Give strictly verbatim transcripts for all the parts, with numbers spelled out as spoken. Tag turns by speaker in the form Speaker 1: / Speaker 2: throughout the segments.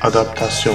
Speaker 1: Adaptasyon.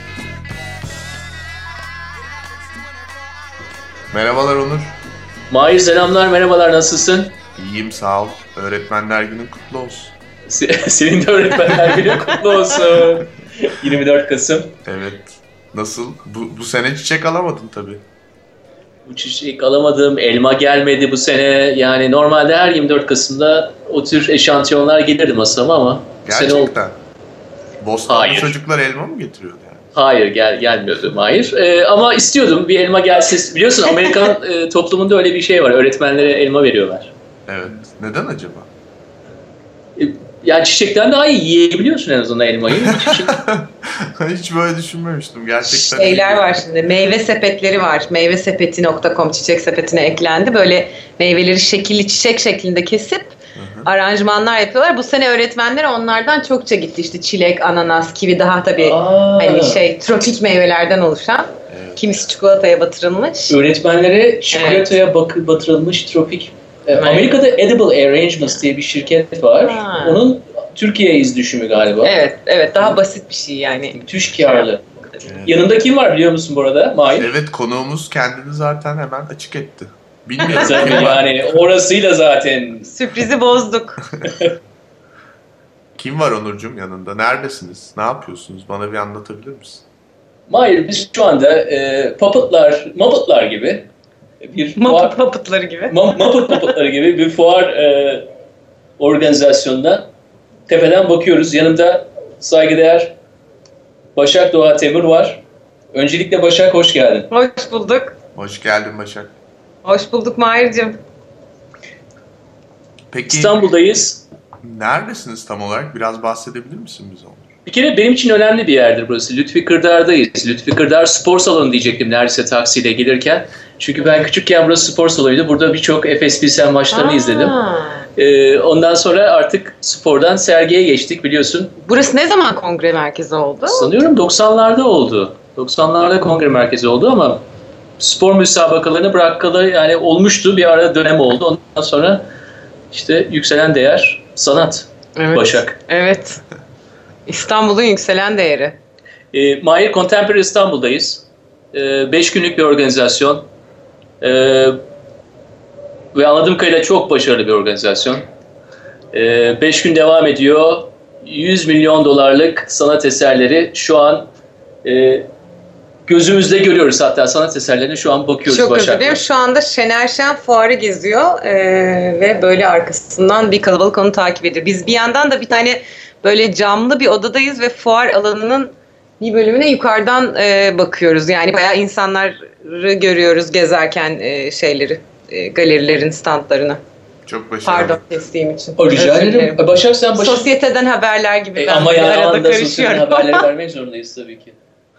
Speaker 1: Merhabalar Onur.
Speaker 2: Mahir selamlar, merhabalar, nasılsın?
Speaker 1: İyiyim, sağ ol. Öğretmenler günün kutlu olsun.
Speaker 2: Senin de öğretmenler günün kutlu olsun. yirmi dört Kasım.
Speaker 1: Evet. Nasıl? Bu, bu sene çiçek alamadın tabii.
Speaker 2: Bu çiçek alamadım, elma gelmedi bu sene. Yani normalde her yirmi dört Kasım'da o tür eşantiyonlar gelirdi masama ama bu sene oldu.
Speaker 1: Gerçekten. Bostanlı
Speaker 2: Hayır.
Speaker 1: çocuklar elma mı getiriyordu yani?
Speaker 2: Hayır, gel gelmiyordu Mahir. Ee, ama istiyordum bir elma gelse. Biliyorsun Amerikan e, toplumunda öyle bir şey var. Öğretmenlere elma veriyorlar.
Speaker 1: Evet. Neden acaba?
Speaker 2: E, yani çiçekten daha iyi yiyebiliyorsun en azından elmayı. Çiçek...
Speaker 1: Hiç böyle düşünmemiştim. Gerçekten.
Speaker 3: Şeyler var şimdi. Meyve sepetleri var. meyvesepeti nokta com çiçek sepetine eklendi. Böyle meyveleri şekilli çiçek şeklinde kesip Hı-hı. aranjmanlar yapıyorlar. Bu sene öğretmenler onlardan çokça gitti. İşte çilek, ananas, kivi daha tabii Aa. hani şey tropik meyvelerden oluşan. Evet. Kimisi çikolataya batırılmış.
Speaker 2: Öğretmenlere çikolataya evet. batırılmış tropik. Evet. Amerika'da Edible Arrangements diye bir şirket var. Ha. Onun Türkiye iz düşümü galiba.
Speaker 3: Evet, evet daha basit bir şey yani.
Speaker 2: Müthiş karlı. Evet. Yanında kim var biliyor musun bu arada? Mahir.
Speaker 1: Evet, konuğumuz kendini zaten hemen açık etti. Bilmiyorum.
Speaker 2: Tabii yani orasıyla zaten.
Speaker 3: Sürprizi bozduk.
Speaker 1: Kim var Onurcuğum yanında? Neredesiniz? Ne yapıyorsunuz? Bana bir anlatabilir misin?
Speaker 2: Mahir, biz şu anda e, puppetlar, muppetlar gibi bir
Speaker 3: Muppet Muppetları gibi.
Speaker 2: Muppet Muppetları gibi bir fuar e, organizasyonuna tepeden bakıyoruz. Yanımda saygıdeğer Başak Doğa Temur var. Öncelikle Başak, hoş geldin.
Speaker 3: Hoş bulduk.
Speaker 1: Hoş geldin Başak.
Speaker 3: Hoş bulduk Mahir'cim.
Speaker 1: Peki
Speaker 2: İstanbul'dayız.
Speaker 1: Neredesiniz tam olarak? Biraz bahsedebilir misin bize onu?
Speaker 2: Bir kere benim için önemli bir yerdir burası. Lütfi Kırdar'dayız. Lütfi Kırdar spor salonu diyecektim neredeyse taksiyle gelirken. Çünkü ben küçükken burası spor salonuydu. Burada birçok Efes Pilsen maçlarını Aa. izledim. Ee, ondan sonra artık spordan sergiye geçtik biliyorsun.
Speaker 3: Burası ne zaman kongre merkezi oldu?
Speaker 2: Sanıyorum doksanlarda oldu. doksanlarda kongre merkezi oldu ama spor müsabakalarını bırakalı yani olmuştu. Bir ara dönem oldu. Ondan sonra işte yükselen değer sanat.
Speaker 3: Evet.
Speaker 2: Başak.
Speaker 3: Evet. İstanbul'un yükselen değeri.
Speaker 2: E, Mahir Contemporary İstanbul'dayız. E, beş günlük bir organizasyon. E, ve anladığım kadarıyla çok başarılı bir organizasyon. E, beş gün devam ediyor. yüz milyon dolarlık sanat eserleri şu an e, gözümüzde görüyoruz. Hatta sanat eserlerine şu an bakıyoruz.
Speaker 3: Çok özür dilerim. Şu anda Şener Şen fuarı geziyor. E, ve böyle arkasından bir kalabalık onu takip ediyor. Biz bir yandan da bir tane böyle camlı bir odadayız ve fuar alanının bir bölümüne yukarıdan e, bakıyoruz. Yani bayağı insanları görüyoruz gezerken e, şeyleri, e, galerilerin standlarını.
Speaker 1: Çok başarılı.
Speaker 3: Pardon kestiğim için.
Speaker 2: O, rica ederim. Başak sen başak...
Speaker 3: Sosyeteden haberler gibi.
Speaker 2: E, ama yani arada sosyeteden haberleri vermek zorundayız tabii ki.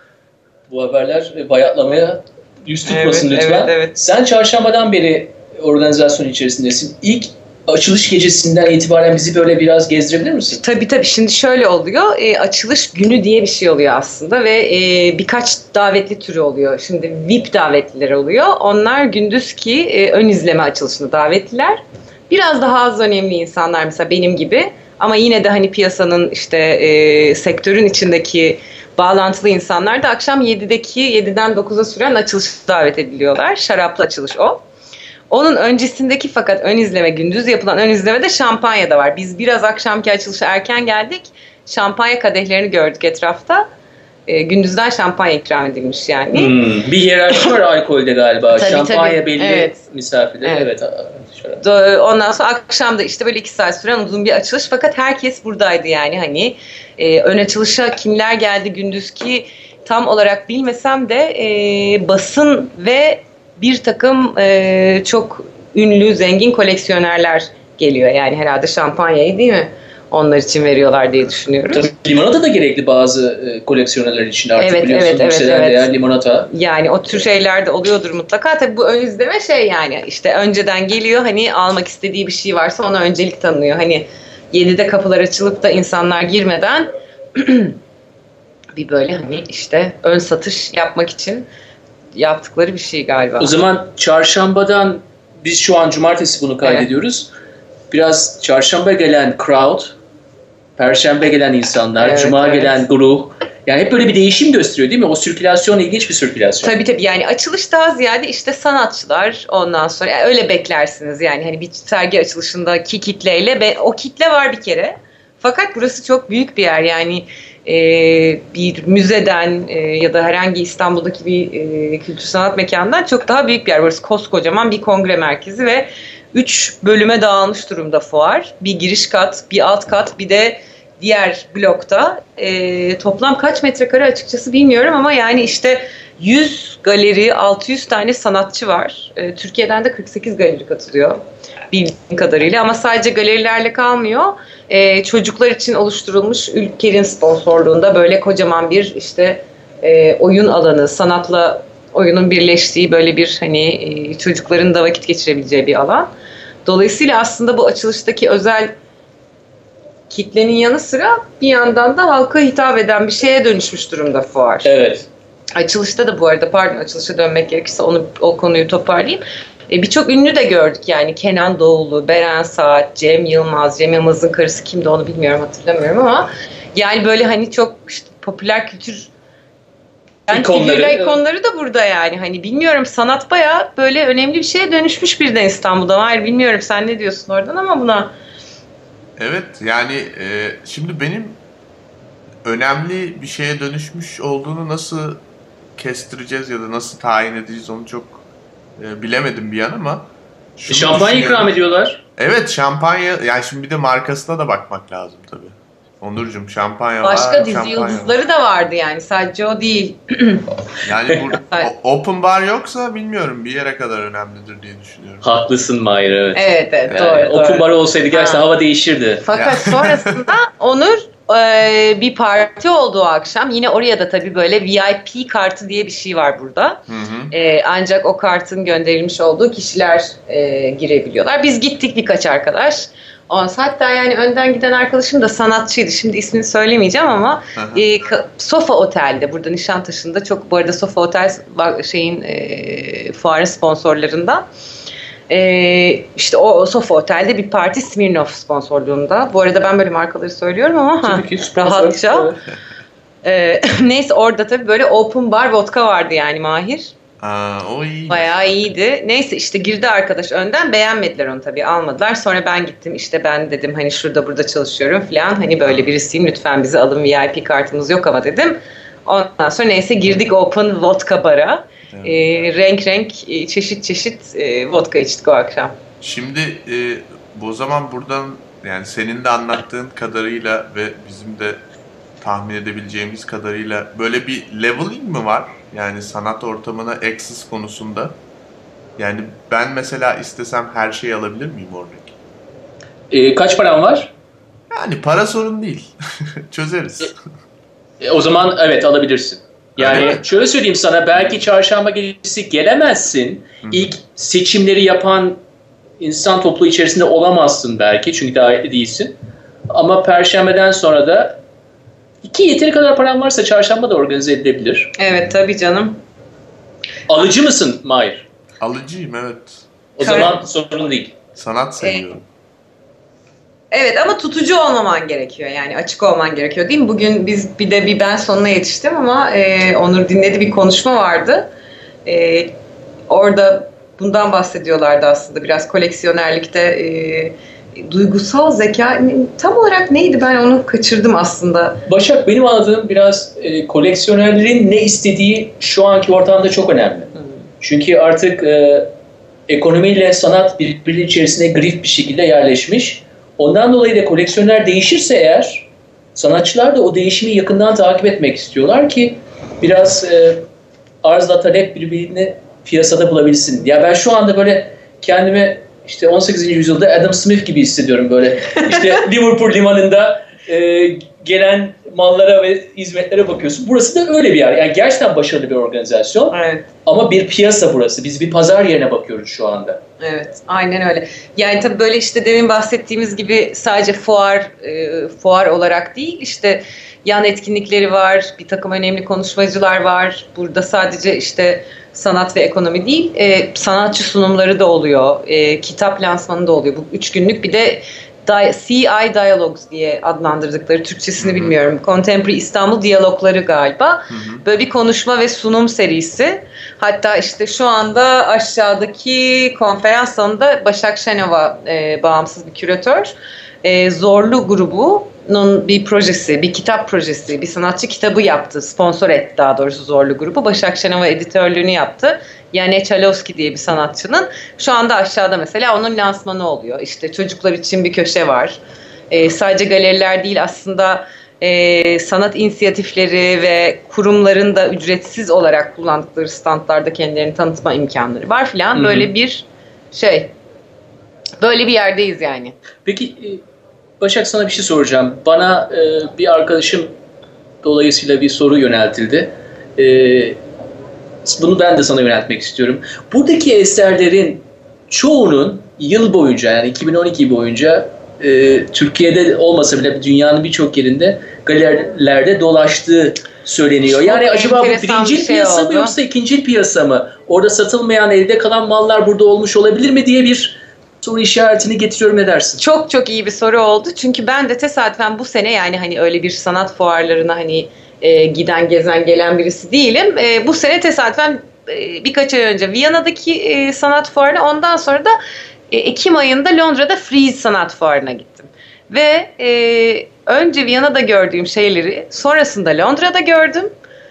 Speaker 2: Bu haberler bayatlamaya yüz tutmasın evet, lütfen.
Speaker 3: Evet, evet.
Speaker 2: Sen çarşambadan beri organizasyon içerisindesin. İlk açılış gecesinden itibaren bizi böyle biraz gezdirebilir misin?
Speaker 3: Tabii tabii. Şimdi şöyle oluyor. E, açılış günü diye bir şey oluyor aslında ve e, birkaç davetli türü oluyor. Şimdi V I P davetliler oluyor. Onlar gündüzki e, ön izleme açılışında davetliler. Biraz daha az önemli insanlar mesela benim gibi ama yine de hani piyasanın işte e, sektörün içindeki bağlantılı insanlar da akşam yedideki yediden dokuza süren açılışa davet ediliyorlar. Şaraplı açılış o. Onun öncesindeki fakat ön izleme, gündüz yapılan ön izlemede şampanya da var. Biz biraz akşamki açılışa erken geldik. Şampanya kadehlerini gördük etrafta. E, gündüzden şampanya ikram edilmiş yani.
Speaker 2: Hmm, bir hiyerarşi var alkolde galiba.
Speaker 3: Tabii,
Speaker 2: şampanya
Speaker 3: tabii.
Speaker 2: belli
Speaker 3: Evet.
Speaker 2: misafirler. Evet.
Speaker 3: evet. Ondan sonra akşam da işte böyle iki saat süren uzun bir açılış. Fakat herkes buradaydı yani hani. E, ön açılışa kimler geldi gündüzki tam olarak bilmesem de e, basın ve bir takım e, çok ünlü, zengin koleksiyonerler geliyor. Yani herhalde şampanyayı değil mi? Onlar için veriyorlar diye düşünüyoruz.
Speaker 2: Tabii limonata da gerekli bazı e, koleksiyonerler için artık
Speaker 3: evet,
Speaker 2: biliyorsun.
Speaker 3: Evet, evet,
Speaker 2: evet.
Speaker 3: evet.
Speaker 2: limonata.
Speaker 3: Yani o tür şeyler de oluyordur mutlaka. Tabii bu ön izleme şey yani işte önceden geliyor hani almak istediği bir şey varsa ona öncelik tanınıyor. Hani yedide kapılar açılıp da insanlar girmeden bir böyle hani işte ön satış yapmak için yaptıkları bir şey galiba.
Speaker 2: O zaman çarşambadan biz şu an cumartesi bunu kaydediyoruz. Evet. Biraz çarşamba gelen crowd, perşembe gelen insanlar, evet, cuma evet. gelen grup, Yani hep böyle bir değişim gösteriyor değil mi? O sirkülasyon ilginç bir sirkülasyon.
Speaker 3: Tabii tabii, yani açılış daha ziyade işte sanatçılar, ondan sonra yani öyle beklersiniz yani hani bir sergi açılışındaki kitleyle be, o kitle var bir kere. Fakat burası çok büyük bir yer yani e, bir müzeden e, ya da herhangi İstanbul'daki bir e, kültür sanat mekanından çok daha büyük bir yer. Burası koskocaman bir kongre merkezi ve üç bölüme dağılmış durumda fuar. Bir giriş kat, bir alt kat, bir de diğer blokta. E, toplam kaç metrekare açıkçası bilmiyorum ama yani işte yüz galeri, altı yüz tane sanatçı var. E, Türkiye'den de kırk sekiz galeri katılıyor bildiğim kadarıyla ama sadece galerilerle kalmıyor. E, çocuklar için oluşturulmuş Ülker'in sponsorluğunda böyle kocaman bir işte e, oyun alanı, sanatla oyunun birleştiği böyle bir hani e, çocukların da vakit geçirebileceği bir alan. Dolayısıyla aslında bu açılıştaki özel kitlenin yanı sıra bir yandan da halka hitap eden bir şeye dönüşmüş durumda fuar.
Speaker 2: Evet.
Speaker 3: Açılışta da bu arada, pardon, açılışa dönmek gerekirse onu, o konuyu toparlayayım. E, Birçok ünlü de gördük yani Kenan Doğulu, Beren Saat, Cem Yılmaz, Cem Yılmaz'ın karısı kimdi onu bilmiyorum, hatırlamıyorum ama yani böyle hani çok işte popüler kültür yani
Speaker 2: İkonları,
Speaker 3: figürler, ikonları da burada yani hani bilmiyorum, sanat bayağı böyle önemli bir şeye dönüşmüş birden İstanbul'da. Hayır, bilmiyorum sen ne diyorsun oradan ama buna.
Speaker 1: Evet yani e, şimdi benim önemli bir şeye dönüşmüş olduğunu nasıl kestireceğiz ya da nasıl tayin edeceğiz onu çok e, bilemedim bir an ama.
Speaker 2: Şampanya ikram ediyorlar.
Speaker 1: Evet, şampanya, yani şimdi bir de markasına da bakmak lazım tabii. Onurcuğum, şampanya var.
Speaker 3: Başka dizi
Speaker 1: şampanya
Speaker 3: yıldızları
Speaker 1: var
Speaker 3: da vardı yani, sadece o değil.
Speaker 1: Yani burada open bar yoksa bilmiyorum bir yere kadar önemlidir diye düşünüyorum.
Speaker 2: Haklısın Mahir, evet.
Speaker 3: Evet evet,
Speaker 2: Yani
Speaker 3: doğru.
Speaker 2: open
Speaker 3: doğru.
Speaker 2: bar olsaydı gerçekten
Speaker 3: Ha.
Speaker 2: hava değişirdi.
Speaker 3: Fakat sonrasında Onur e, bir parti oldu o akşam. Yine oraya da tabii böyle V I P kartı diye bir şey var burada.
Speaker 1: Hı hı.
Speaker 3: E, ancak o kartın gönderilmiş olduğu kişiler e, girebiliyorlar. Biz gittik birkaç arkadaş. Hatta yani önden giden arkadaşım da sanatçıydı. Şimdi ismini söylemeyeceğim ama e, Sofa Otel'de, burada Nişantaşı'nda, çok bu arada Sofa Otel şeyin e, fuarın sponsorlarından. Ee, işte o Sofa Otel'de bir parti, Smirnoff sponsorluğunda. Bu arada ben böyle markaları söylüyorum ama ha, rahatça. Ee, neyse, orada tabii böyle open bar vodka vardı yani Mahir.
Speaker 1: Aa, o iyi.
Speaker 3: Bayağı iyiydi. Neyse işte girdi arkadaş önden, beğenmediler onu tabii, almadılar. Sonra ben gittim, işte ben dedim hani şurada burada çalışıyorum falan, hani böyle birisiyim, lütfen bizi alın, V I P kartımız yok ama dedim. Ondan sonra neyse girdik open vodka bara. Evet. E, renk renk çeşit çeşit e, vodka içtik o akşam.
Speaker 1: Şimdi e, bu zaman buradan yani senin de anlattığın kadarıyla ve bizim de tahmin edebileceğimiz kadarıyla böyle bir leveling mi var? Yani sanat ortamına access konusunda. Yani ben mesela istesem her şeyi alabilir miyim oradaki?
Speaker 2: E, kaç param var?
Speaker 1: Yani para sorun değil. Çözeriz.
Speaker 2: E, o zaman evet, alabilirsin. Yani şöyle söyleyeyim sana, belki çarşamba gecesi gelemezsin. Hı. İlk seçimleri yapan insan topluluğu içerisinde olamazsın belki, çünkü davetli değilsin. Ama perşembeden sonra da iki yeteri kadar paran varsa çarşamba da organize edilebilir.
Speaker 3: Evet tabii canım.
Speaker 2: Alıcı mısın Mahir?
Speaker 1: Alıcıyım, evet.
Speaker 2: O Kar- zaman sorun değil.
Speaker 1: Sanat seviyorum.
Speaker 3: Evet ama tutucu olmaman gerekiyor, yani açık olman gerekiyor değil mi? Bugün biz bir de bir ben sonuna yetiştim ama e, Onur dinledi, bir konuşma vardı. E, orada bundan bahsediyorlardı aslında, biraz koleksiyonerlikte e, duygusal zeka tam olarak neydi, ben onu kaçırdım aslında.
Speaker 2: Başak, benim anladığım biraz e, koleksiyonerlerin ne istediği şu anki ortamda çok önemli. Hmm. Çünkü artık e, ekonomiyle sanat birbirinin içerisine grif bir şekilde yerleşmiş. Ondan dolayı da koleksiyoner değişirse eğer, sanatçılar da o değişimi yakından takip etmek istiyorlar ki biraz e, arzla talep birbirini piyasada bulabilsin. Ya ben şu anda böyle kendimi işte on sekizinci yüzyılda Adam Smith gibi hissediyorum böyle. İşte Liverpool limanında e, gelen mallara ve hizmetlere bakıyorsun. Burası da öyle bir yer. Yani gerçekten başarılı bir organizasyon.
Speaker 3: Evet.
Speaker 2: Ama bir piyasa burası. Biz bir pazar yerine bakıyoruz şu anda.
Speaker 3: Evet, aynen öyle. Yani tabii böyle işte demin bahsettiğimiz gibi sadece fuar e, fuar olarak değil, işte yan etkinlikleri var, bir takım önemli konuşmacılar var. Burada sadece işte sanat ve ekonomi değil, e, sanatçı sunumları da oluyor, e, kitap lansmanı da oluyor. Bu üç günlük bir de C I Dialogues diye adlandırdıkları, Türkçesini
Speaker 1: Hı-hı.
Speaker 3: bilmiyorum. Contemporary İstanbul Diyalogları galiba. Hı-hı. Böyle bir konuşma ve sunum serisi. Hatta işte şu anda aşağıdaki konferans salonunda Başak Şenova e, bağımsız bir küratör. E, Zorlu grubunun bir projesi, bir kitap projesi, bir sanatçı kitabı yaptı. Sponsor etti daha doğrusu Zorlu grubu. Başak Şenova editörlüğünü yaptı. Yani Çalovski diye bir sanatçının. Şu anda aşağıda mesela onun lansmanı oluyor. İşte çocuklar için bir köşe var. E, sadece galeriler değil aslında e, sanat inisiyatifleri ve kurumların da ücretsiz olarak kullandıkları standlarda kendilerini tanıtma imkanları var filan. Böyle bir şey. Böyle bir yerdeyiz yani.
Speaker 2: Peki Başak, sana bir şey soracağım. Bana e, bir arkadaşım dolayısıyla bir soru yöneltildi. E, bunu ben de sana yöneltmek istiyorum. Buradaki eserlerin çoğunun yıl boyunca, yani iki bin on iki boyunca e, Türkiye'de olmasa bile dünyanın birçok yerinde galerilerde dolaştığı söyleniyor.
Speaker 3: Çok
Speaker 2: yani acaba bu birincil
Speaker 3: şey
Speaker 2: piyasa
Speaker 3: oldu.
Speaker 2: mı yoksa ikincil piyasa mı? Orada satılmayan, elde kalan mallar burada olmuş olabilir mi diye bir soru işaretini getiriyorum, ne dersin?
Speaker 3: Çok çok iyi bir soru oldu. Çünkü ben de tesadüfen bu sene, yani hani öyle bir sanat fuarlarına hani e, giden gezen gelen birisi değilim. E, bu sene tesadüfen e, birkaç ay önce Viyana'daki e, sanat fuarına, ondan sonra da e, Ekim ayında Londra'da Frieze sanat fuarına gittim. Ve e, önce Viyana'da gördüğüm şeyleri sonrasında Londra'da gördüm.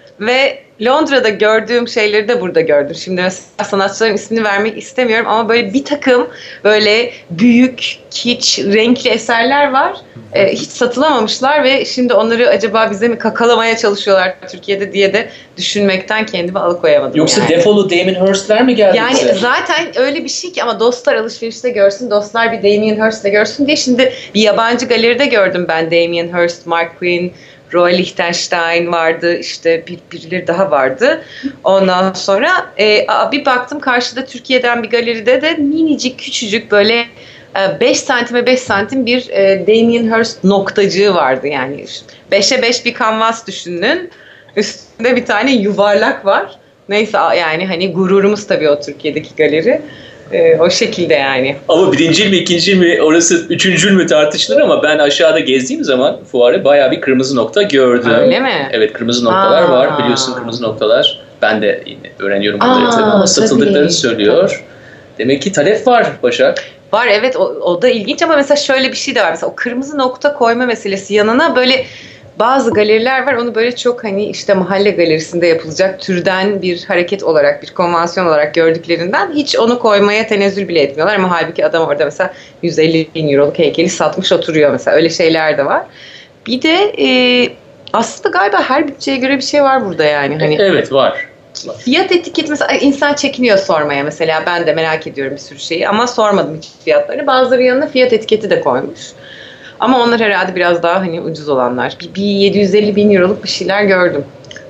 Speaker 3: Ve Londra'da gördüğüm şeyleri de burada gördüm. Şimdi mesela sanatçıların ismini vermek istemiyorum ama böyle bir takım böyle büyük, kiç, renkli eserler var. Ee, hiç satılamamışlar ve şimdi onları acaba bize mi kakalamaya çalışıyorlar Türkiye'de diye de düşünmekten kendimi alıkoyamadım.
Speaker 2: Yoksa
Speaker 3: yani.
Speaker 2: defolu Damien Hirst'ler mi geldi
Speaker 3: Yani
Speaker 2: bize?
Speaker 3: zaten öyle bir şey ki, ama dostlar alışverişte görsün, dostlar bir Damien Hirst'le görsün diye şimdi bir yabancı galeride gördüm ben Damien Hirst, Mark Quinn, Roy Lichtenstein vardı, işte bir, birileri daha vardı. Ondan sonra e, bir baktım karşıda Türkiye'den bir galeride de minicik küçücük böyle beş santime beş santim bir e, Damien Hirst noktacığı vardı. Yani beşe beş bir kanvas düşünün. Üstünde bir tane yuvarlak var. Neyse yani hani gururumuz tabii o Türkiye'deki galeri. Ee, o şekilde yani.
Speaker 2: Ama birincil mi ikincil mi orası üçüncül mü tartışılır ama ben aşağıda gezdiğim zaman fuarı bayağı bir kırmızı nokta gördüm.
Speaker 3: Öyle mi?
Speaker 2: Evet, kırmızı noktalar
Speaker 3: Aa.
Speaker 2: var, biliyorsun kırmızı noktalar. Ben de yine öğreniyorum bunları
Speaker 3: Aa,
Speaker 2: tabii ama satıldıklarını
Speaker 3: tabii.
Speaker 2: söylüyor. Demek ki talep var Başak.
Speaker 3: Var evet, o, o da ilginç ama mesela şöyle bir şey de var. Mesela o kırmızı nokta koyma meselesi yanına böyle bazı galeriler var, onu böyle çok hani işte mahalle galerisinde yapılacak türden bir hareket olarak, bir konvansiyon olarak gördüklerinden hiç onu koymaya tenezzül bile etmiyorlar. Ama halbuki adam orada mesela yüz elli bin euroluk heykeli satmış oturuyor mesela, öyle şeyler de var. Bir de e, aslında galiba her bütçeye göre bir şey var burada yani. Hani
Speaker 2: Evet, var. var.
Speaker 3: Fiyat etiketi mesela insan çekiniyor sormaya, mesela ben de merak ediyorum bir sürü şeyi ama sormadım hiç fiyatlarını. Bazıları yanına fiyat etiketi de koymuş. Ama onlar herhalde biraz daha hani ucuz olanlar. Bir, bir yedi yüz elli bin euroluk bir şeyler gördüm.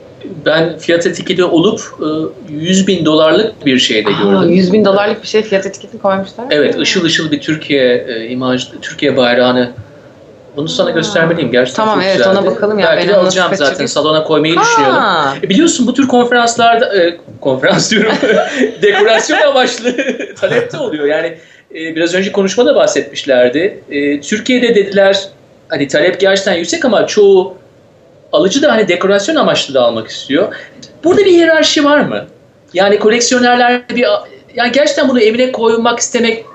Speaker 2: Ben fiyat etiketi olup yüz bin dolarlık bir şey de gördüm.
Speaker 3: Aa, yüz bin dolarlık bir şey fiyat etiketi koymuşlar.
Speaker 2: Evet, ışıl ışıl bir Türkiye e, imaj, Türkiye bayrağını. Bunu sana göstermeliyim. Gerçekten
Speaker 3: tamam,
Speaker 2: çok
Speaker 3: evet,
Speaker 2: güzeldi.
Speaker 3: ona bakalım ya.
Speaker 2: Belki
Speaker 3: Ben
Speaker 2: de
Speaker 3: onu
Speaker 2: alacağım
Speaker 3: nasıl
Speaker 2: zaten.
Speaker 3: kaçırayım?
Speaker 2: Salona koymayı
Speaker 3: Ha.
Speaker 2: düşünüyordum. E, biliyorsun bu tür konferanslarda, e, konferans diyorum, dekorasyon amaçlı talep de oluyor. Yani e, biraz önce konuşmada bahsetmişlerdi. E, Türkiye'de dediler hani talep gerçekten yüksek ama çoğu alıcı da hani dekorasyon amaçlı da almak istiyor. Burada bir hiyerarşi var mı? Yani koleksiyonerler bir, yani gerçekten bunu evine koymak istemek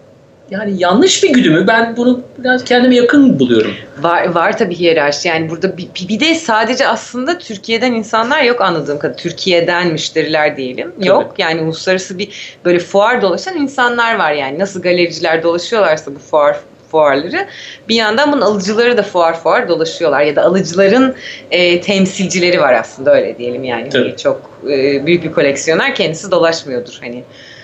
Speaker 2: yani yanlış bir güdü mü? Ben bunu biraz kendime yakın buluyorum.
Speaker 3: Var, var tabii hiyerarşi. Yani burada bir, bir de sadece aslında Türkiye'den insanlar yok anladığım kadarıyla. Türkiye'den müşteriler diyelim.
Speaker 2: Tabii.
Speaker 3: Yok. Yani uluslararası bir böyle fuar dolaşan insanlar var yani. Nasıl galericiler dolaşıyorlarsa bu fuar fuarları, bir yandan bunun alıcıları da fuar fuar dolaşıyorlar ya da alıcıların e, temsilcileri var aslında, öyle diyelim yani. Hani çok e, büyük bir koleksiyoner kendisi dolaşmıyordur hani.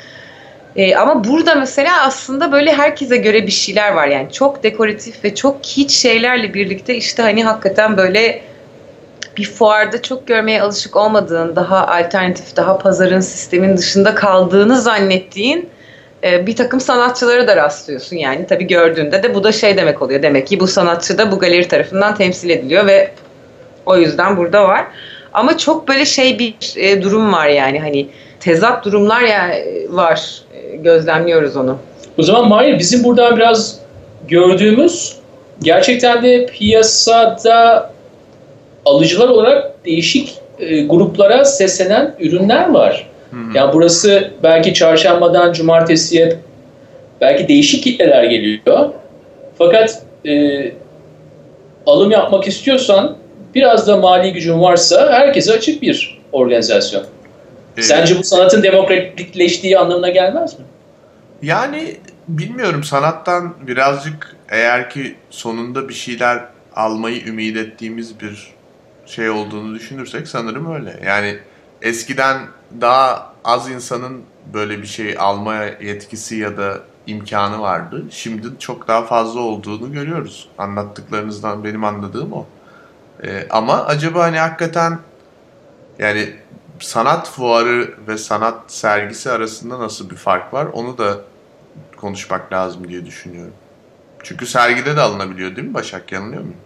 Speaker 3: E, ama burada mesela aslında böyle herkese göre bir şeyler var yani, çok dekoratif ve çok hiç şeylerle birlikte işte hani hakikaten böyle bir fuarda çok görmeye alışık olmadığın, daha alternatif, daha pazarın sistemin dışında kaldığını zannettiğin e, bir takım sanatçılara da rastlıyorsun yani. Tabii gördüğünde de bu da şey demek oluyor, demek ki bu sanatçı da bu galeri tarafından temsil ediliyor ve o yüzden burada var. Ama çok böyle şey bir e, durum var yani, hani tezat durumlar yani var. E, gözlemliyoruz onu.
Speaker 2: O zaman Mahir, bizim buradan biraz gördüğümüz gerçekten de piyasada alıcılar olarak değişik e, gruplara seslenen ürünler var. Hı hı. Yani burası belki çarşambadan cumartesiye belki değişik kitleler geliyor. Fakat e, alım yapmak istiyorsan, biraz da mali gücün varsa herkese açık bir organizasyon. Ee, Sence bu sanatın demokratikleştiği anlamına gelmez mi?
Speaker 1: Yani bilmiyorum, sanattan birazcık eğer ki sonunda bir şeyler almayı ümit ettiğimiz bir şey olduğunu düşünürsek sanırım öyle. Yani eskiden daha az insanın böyle bir şey almaya yetkisi ya da imkanı vardı. Şimdi çok daha fazla olduğunu görüyoruz. Anlattıklarınızdan benim anladığım o. Ee, ama acaba hani hakikaten yani sanat fuarı ve sanat sergisi arasında nasıl bir fark var? Onu da konuşmak lazım diye düşünüyorum. Çünkü sergide de alınabiliyor değil mi Başak? Yanılıyor muyum?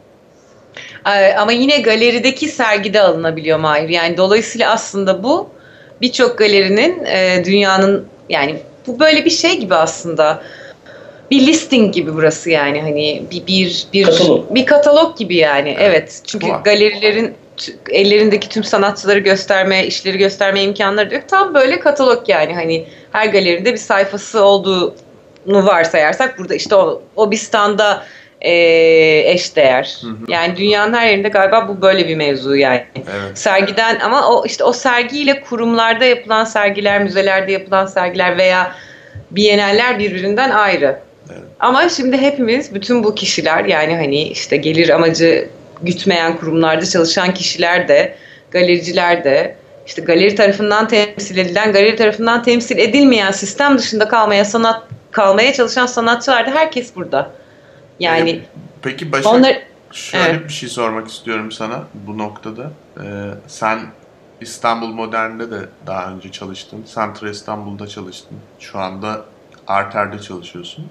Speaker 3: Ama yine galerideki sergide alınabiliyor Mahir. Yani dolayısıyla aslında bu birçok galerinin e, dünyanın, yani bu böyle bir şey gibi aslında. Bir listing gibi burası, yani hani bir bir bir
Speaker 2: katalog.
Speaker 3: bir katalog gibi yani. Evet. Çünkü
Speaker 1: Wow.
Speaker 3: galerilerin ellerindeki tüm sanatçıları göstermeye, işleri göstermeye imkanları yok. Tam böyle katalog yani. Hani her galeride bir sayfası olduğunu varsayarsak burada işte o, o bir standa e, eşdeğer. Hı hı. Yani dünyanın her yerinde galiba bu böyle bir mevzu yani.
Speaker 1: Evet.
Speaker 3: Sergiden, ama o işte o sergiyle kurumlarda yapılan sergiler, müzelerde yapılan sergiler veya biyeneller birbirinden ayrı.
Speaker 1: Evet.
Speaker 3: Ama şimdi hepimiz, bütün bu kişiler, yani hani işte gelir amacı gütmeyen kurumlarda çalışan kişiler de, galericiler de, işte galeri tarafından temsil edilen, galeri tarafından temsil edilmeyen, sistem dışında kalmaya sanat kalmaya çalışan sanatçılar da, herkes burada. Yani
Speaker 1: ee, peki Başak,
Speaker 3: onlar,
Speaker 1: şöyle
Speaker 3: evet.
Speaker 1: bir şey sormak istiyorum sana bu noktada. Ee, sen İstanbul Modern'de de daha önce çalıştın. Central İstanbul'da çalıştın. Şu anda Arter'de çalışıyorsun.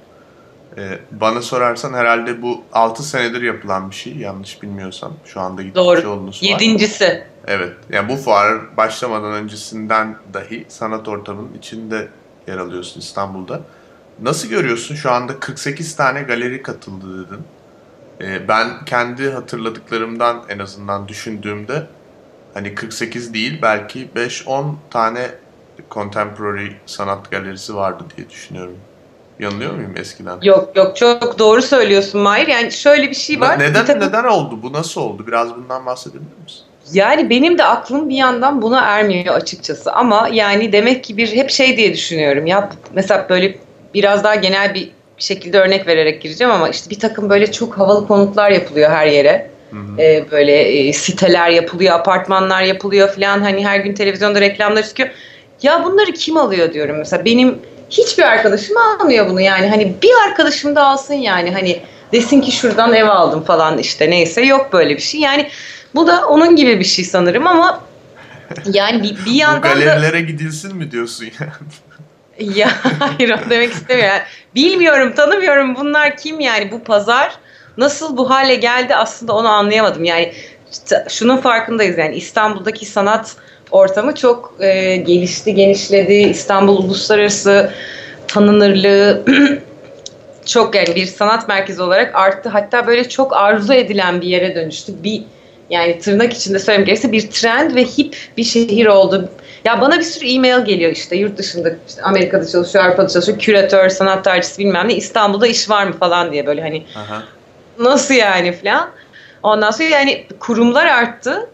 Speaker 1: Ee, bana sorarsan herhalde bu altı senedir yapılan bir şey, yanlış bilmiyorsam. Şu anda gittikçe yolunuz var.
Speaker 3: Yedincisi.
Speaker 1: Evet. Yani bu fuar başlamadan öncesinden dahi sanat ortamının içinde yer alıyorsun İstanbul'da. Nasıl görüyorsun? Şu anda kırk sekiz tane galeri katıldı dedin. Ee, ben kendi hatırladıklarımdan en azından düşündüğümde hani kırk sekiz değil, belki beş on tane contemporary sanat galerisi vardı diye düşünüyorum. Yanılıyor muyum eskiden?
Speaker 3: Yok yok, çok doğru söylüyorsun Mahir. Yani şöyle bir şey var.
Speaker 1: Neden
Speaker 3: takım...
Speaker 1: neden oldu? Bu nasıl oldu? Biraz bundan bahsedebilir misin?
Speaker 3: Yani benim de aklım bir yandan buna ermiyor açıkçası. Ama yani demek ki bir hep şey diye düşünüyorum. Ya mesela böyle biraz daha genel bir şekilde örnek vererek gireceğim ama işte bir takım böyle çok havalı konutlar yapılıyor her yere. Hı hı. Ee, böyle e, siteler yapılıyor, apartmanlar yapılıyor falan. Hani her gün televizyonda reklamlar çıkıyor. Ya bunları kim alıyor diyorum mesela. Benim hiçbir arkadaşım almıyor bunu yani. Hani bir arkadaşım da alsın yani. Hani desin ki şuradan ev aldım falan, işte neyse, yok böyle bir şey. Yani bu da onun gibi bir şey sanırım ama yani bir, bir yandan da...
Speaker 1: Bu galerilere gidilsin mi diyorsun yani?
Speaker 3: Ya hayır, onu demek istemiyorum. Yani bilmiyorum, tanımıyorum, bunlar kim yani, bu pazar nasıl bu hale geldi aslında onu anlayamadım. Yani işte şunun farkındayız, yani İstanbul'daki sanat ortamı çok e, gelişti, genişledi. İstanbul uluslararası tanınırlığı çok, yani bir sanat merkezi olarak arttı. Hatta böyle çok arzu edilen bir yere dönüştü. Bir, yani tırnak içinde söylemek gerekirse bir trend ve hip bir şehir oldu. Ya bana bir sürü e-mail geliyor, işte yurt dışında, işte Amerika'da çalışıyor, Avrupa'da çalışıyor, küratör, sanat tarihçisi bilmem ne, İstanbul'da iş var mı falan diye, böyle hani aha, nasıl yani falan. Ondan sonra yani kurumlar arttı.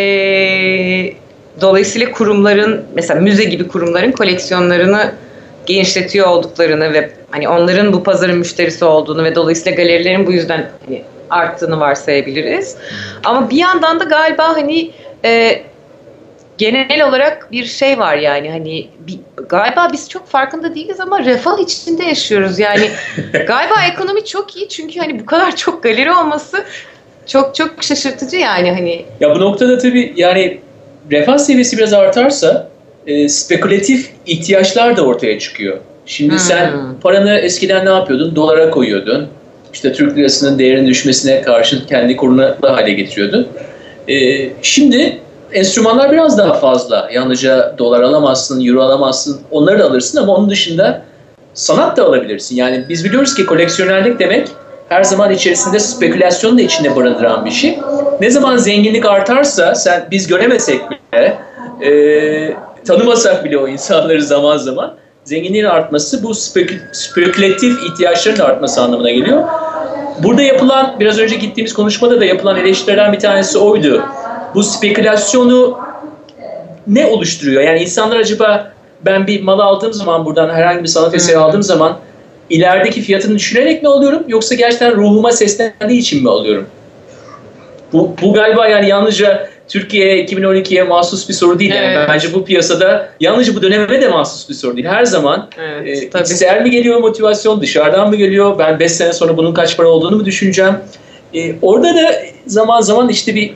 Speaker 3: Ee, dolayısıyla kurumların, mesela müze gibi kurumların koleksiyonlarını genişletiyor olduklarını ve hani onların bu pazarın müşterisi olduğunu ve dolayısıyla galerilerin bu yüzden hani arttığını varsayabiliriz. Ama bir yandan da galiba hani e, genel olarak bir şey var yani, hani bir, galiba biz çok farkında değiliz ama refah içinde yaşıyoruz yani. Galiba ekonomi çok iyi, çünkü hani bu kadar çok galeri olması çok çok şaşırtıcı yani hani.
Speaker 2: Ya bu noktada tabii yani refah seviyesi biraz artarsa e, spekülatif ihtiyaçlar da ortaya çıkıyor. Şimdi hmm. sen paranı eskiden ne yapıyordun? Dolara koyuyordun. İşte Türk lirasının değerinin düşmesine karşı kendi korunaklı hale getiriyordun. E, şimdi enstrümanlar biraz daha fazla. Yalnızca dolar alamazsın, euro alamazsın. Onları da alırsın ama onun dışında sanat da alabilirsin. Yani biz biliyoruz ki koleksiyonerlik demek her zaman içerisinde spekülasyonu da içinde barındıran bir şey. Ne zaman zenginlik artarsa, sen biz göremesek bile, e, tanımasak bile o insanları zaman zaman, zenginliğin artması bu spekül spekülatif ihtiyaçların artması anlamına geliyor. Burada yapılan, biraz önce gittiğimiz konuşmada da yapılan eleştirilerden bir tanesi oydu. Bu spekülasyonu ne oluşturuyor? Yani insanlar acaba ben bir mal aldığım zaman, buradan herhangi bir sanat eseri hmm. aldığım zaman ilerideki fiyatını düşünerek mi alıyorum, yoksa gerçekten ruhuma seslendiği için mi alıyorum? Bu, bu galiba yani yalnızca Türkiye iki bin on ikiye mahsus bir soru değil. Evet. Yani bence bu piyasada yalnızca bu döneme de mahsus bir soru değil. Her zaman evet, e, içsel mi geliyor motivasyon, dışarıdan mı geliyor? Ben beş sene sonra bunun kaç para olduğunu mu düşüneceğim? E, orada da zaman zaman işte bir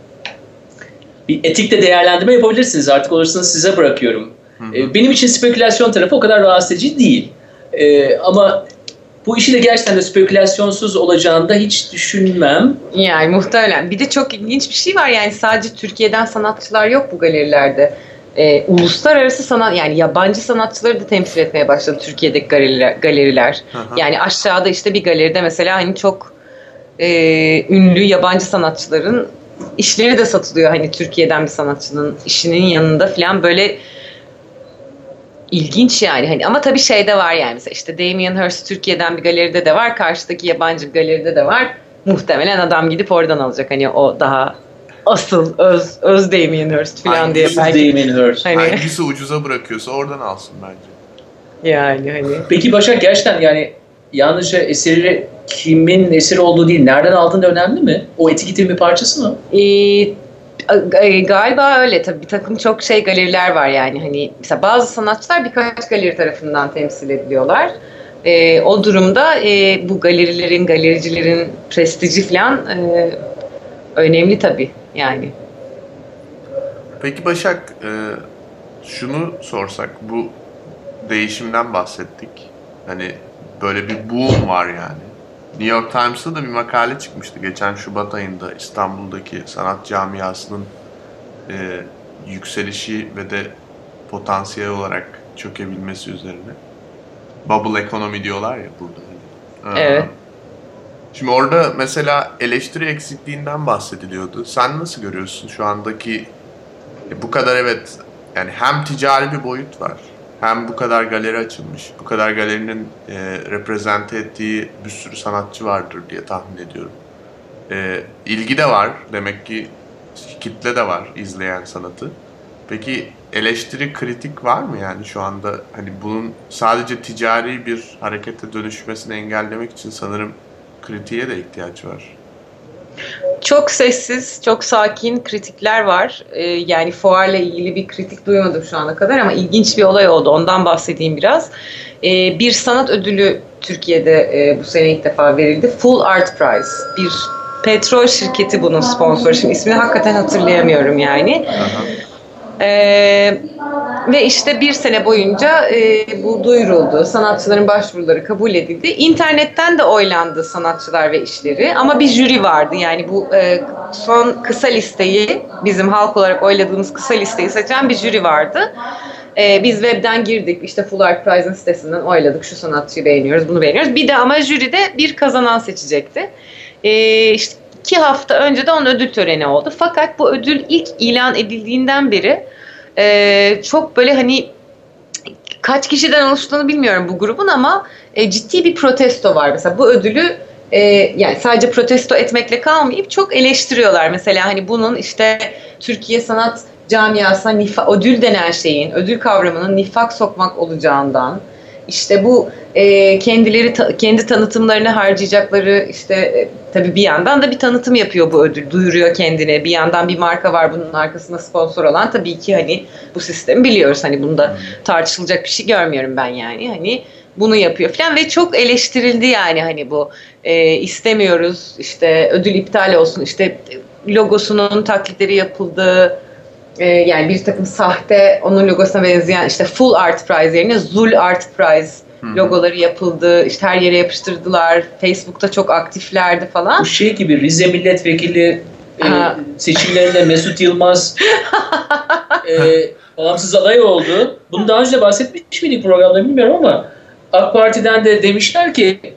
Speaker 2: bir etikte değerlendirme yapabilirsiniz. Artık olursanız size bırakıyorum. Hı hı. E, benim için spekülasyon tarafı o kadar rahatsız edici değil. E, ama bu işi de gerçekten de spekülasyonsuz olacağını da hiç düşünmem.
Speaker 3: Yani muhtemelen. Bir de çok ilginç bir şey var. Yani sadece Türkiye'den sanatçılar yok bu galerilerde. Ee, uluslararası sanat, yani yabancı sanatçıları da temsil etmeye başladı Türkiye'deki galeriler. galeriler. Yani aşağıda işte bir galeride mesela hani çok e, ünlü yabancı sanatçıların işleri de satılıyor. Hani Türkiye'den bir sanatçının işinin yanında falan, böyle İlginç yani. Hani ama tabii şey de var yani, mesela işte Damien Hirst Türkiye'den bir galeride de var, karşıdaki yabancı bir galeride de var. Muhtemelen adam gidip oradan alacak. Hani o daha asıl öz öz Damien Hirst falan diye belki.
Speaker 2: Damien Hirst.
Speaker 1: Hani hangisi ucuza bırakıyorsa oradan alsın bence.
Speaker 3: Yani hani.
Speaker 2: Peki Başak, gerçekten yani yalnızca eseri kimin eseri olduğu değil, nereden aldığın da önemli mi? O etiketin bir parçası mı?
Speaker 3: Eee Galiba öyle. Tabii bir takım çok şey galeriler var yani, hani mesela bazı sanatçılar birkaç galeri tarafından temsil ediliyorlar. Ee, o durumda e, bu galerilerin, galericilerin prestiji falan e, önemli tabii yani.
Speaker 1: Peki Başak, e, şunu sorsak, bu değişimden bahsettik. Hani böyle bir boom var yani. New York Times'ta da bir makale çıkmıştı geçen Şubat ayında, İstanbul'daki sanat camiasının e, yükselişi ve de potansiyel olarak çökebilmesi üzerine. Bubble economy diyorlar ya burada.
Speaker 3: Evet.
Speaker 1: Şimdi orada mesela eleştiri eksikliğinden bahsediliyordu. Sen nasıl görüyorsun şu andaki e, bu kadar, evet yani hem ticari bir boyut var, hem bu kadar galeri açılmış, bu kadar galerinin e, reprezente ettiği bir sürü sanatçı vardır diye tahmin ediyorum. E, ilgi de var, demek ki kitle de var izleyen sanatı. Peki eleştiri, kritik var mı yani şu anda? Hani bunun sadece ticari bir harekete dönüşmesini engellemek için sanırım kritiğe de ihtiyaç var.
Speaker 3: Çok sessiz, çok sakin kritikler var. Ee, yani fuarla ilgili bir kritik duymadım şu ana kadar ama ilginç bir olay oldu. Ondan bahsedeyim biraz. Ee, bir sanat ödülü Türkiye'de e, bu sene ilk defa verildi. Full Art Prize. Bir petrol şirketi bunun sponsoru. Şimdi ismini hakikaten hatırlayamıyorum yani. Aha. Ee, ve işte bir sene boyunca e, bu duyuruldu. Sanatçıların başvuruları kabul edildi. İnternetten de oylandı sanatçılar ve işleri. Ama bir jüri vardı. Yani bu e, son kısa listeyi, bizim halk olarak oyladığımız kısa listeyi seçen bir jüri vardı. E, biz webden girdik. İşte Full Art Prize'ın sitesinden oyladık. Şu sanatçıyı beğeniyoruz, bunu beğeniyoruz. Bir de ama jüride bir kazanan seçecekti. E, işte İki hafta önce de onun ödül töreni oldu. Fakat bu ödül ilk ilan edildiğinden beri e, çok böyle hani kaç kişiden oluştuğunu bilmiyorum bu grubun ama e, ciddi bir protesto var. Mesela bu ödülü e, yani sadece protesto etmekle kalmayıp çok eleştiriyorlar. Mesela hani bunun işte Türkiye sanat camiasına nifa, ödül denen şeyin, ödül kavramının nifak sokmak olacağından, İşte bu e, kendileri ta, kendi tanıtımlarını harcayacakları, işte e, tabii bir yandan da bir tanıtım yapıyor bu ödül, duyuruyor kendine. Bir yandan bir marka var bunun arkasında sponsor olan, tabii ki hani bu sistemi biliyoruz, hani bunda tartışılacak bir şey görmüyorum ben yani, hani bunu yapıyor falan ve çok eleştirildi yani, hani bu e, istemiyoruz, işte ödül iptal olsun, işte logosunun taklitleri yapıldı. Yani bir takım sahte, onun logosuna benzeyen işte Full Art Prize yerine Zul Art Prize logoları yapıldı. İşte her yere yapıştırdılar. Facebook'ta çok aktiflerdi falan.
Speaker 2: Bu şey gibi, Rize Milletvekili e, seçimlerinde Mesut Yılmaz e, bağımsız aday oldu. Bunu daha önce bahsetmiş miydik programda bilmiyorum ama AK Parti'den de demişler ki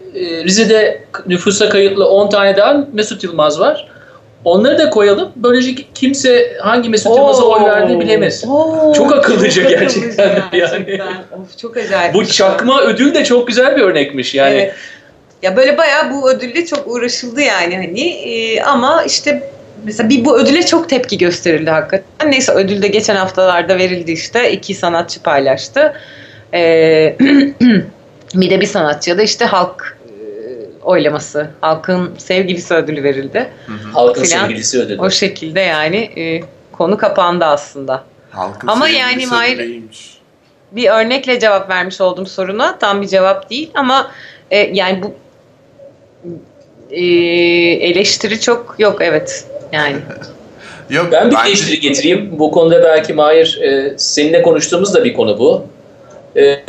Speaker 2: e, Rize'de nüfusa kayıtlı on tane daha Mesut Yılmaz var. Onları da koyalım. Böylece kimse hangi Mesut Yılmaz'a oy verdiğini bilemez.
Speaker 3: Oo,
Speaker 2: çok akıllıca
Speaker 3: çok
Speaker 2: gerçekten.
Speaker 3: akıllıca
Speaker 2: Yani.
Speaker 3: gerçekten. Of, çok acayip.
Speaker 2: Bu çakma ödül de çok güzel bir örnekmiş yani.
Speaker 3: Evet. Ya böyle bayağı bu ödülle çok uğraşıldı yani hani ee, ama işte mesela bir bu ödüle çok tepki gösterildi hakikaten. Neyse ödül de geçen haftalarda verildi işte. İki sanatçı paylaştı. Ee, bir de bir sanatçıya da işte halk e, oylaması, halkın sevgilisi ödülü verildi.
Speaker 1: Hı hı.
Speaker 2: Halkın
Speaker 3: Filan.
Speaker 2: sevgilisi ödülü.
Speaker 3: O şekilde yani e, konu kapandı aslında.
Speaker 1: Halkın
Speaker 3: Ama
Speaker 1: sevgilisi
Speaker 3: yani Mahir-
Speaker 1: ödüleymiş.
Speaker 3: Bir örnekle cevap vermiş oldum soruna. Tam bir cevap değil ama e, yani bu e, eleştiri çok yok evet yani.
Speaker 1: Yok,
Speaker 2: Ben bir
Speaker 1: bence-
Speaker 2: eleştiri getireyim. Bu konuda belki Mahir, e, seninle konuştuğumuz da bir konu bu. E,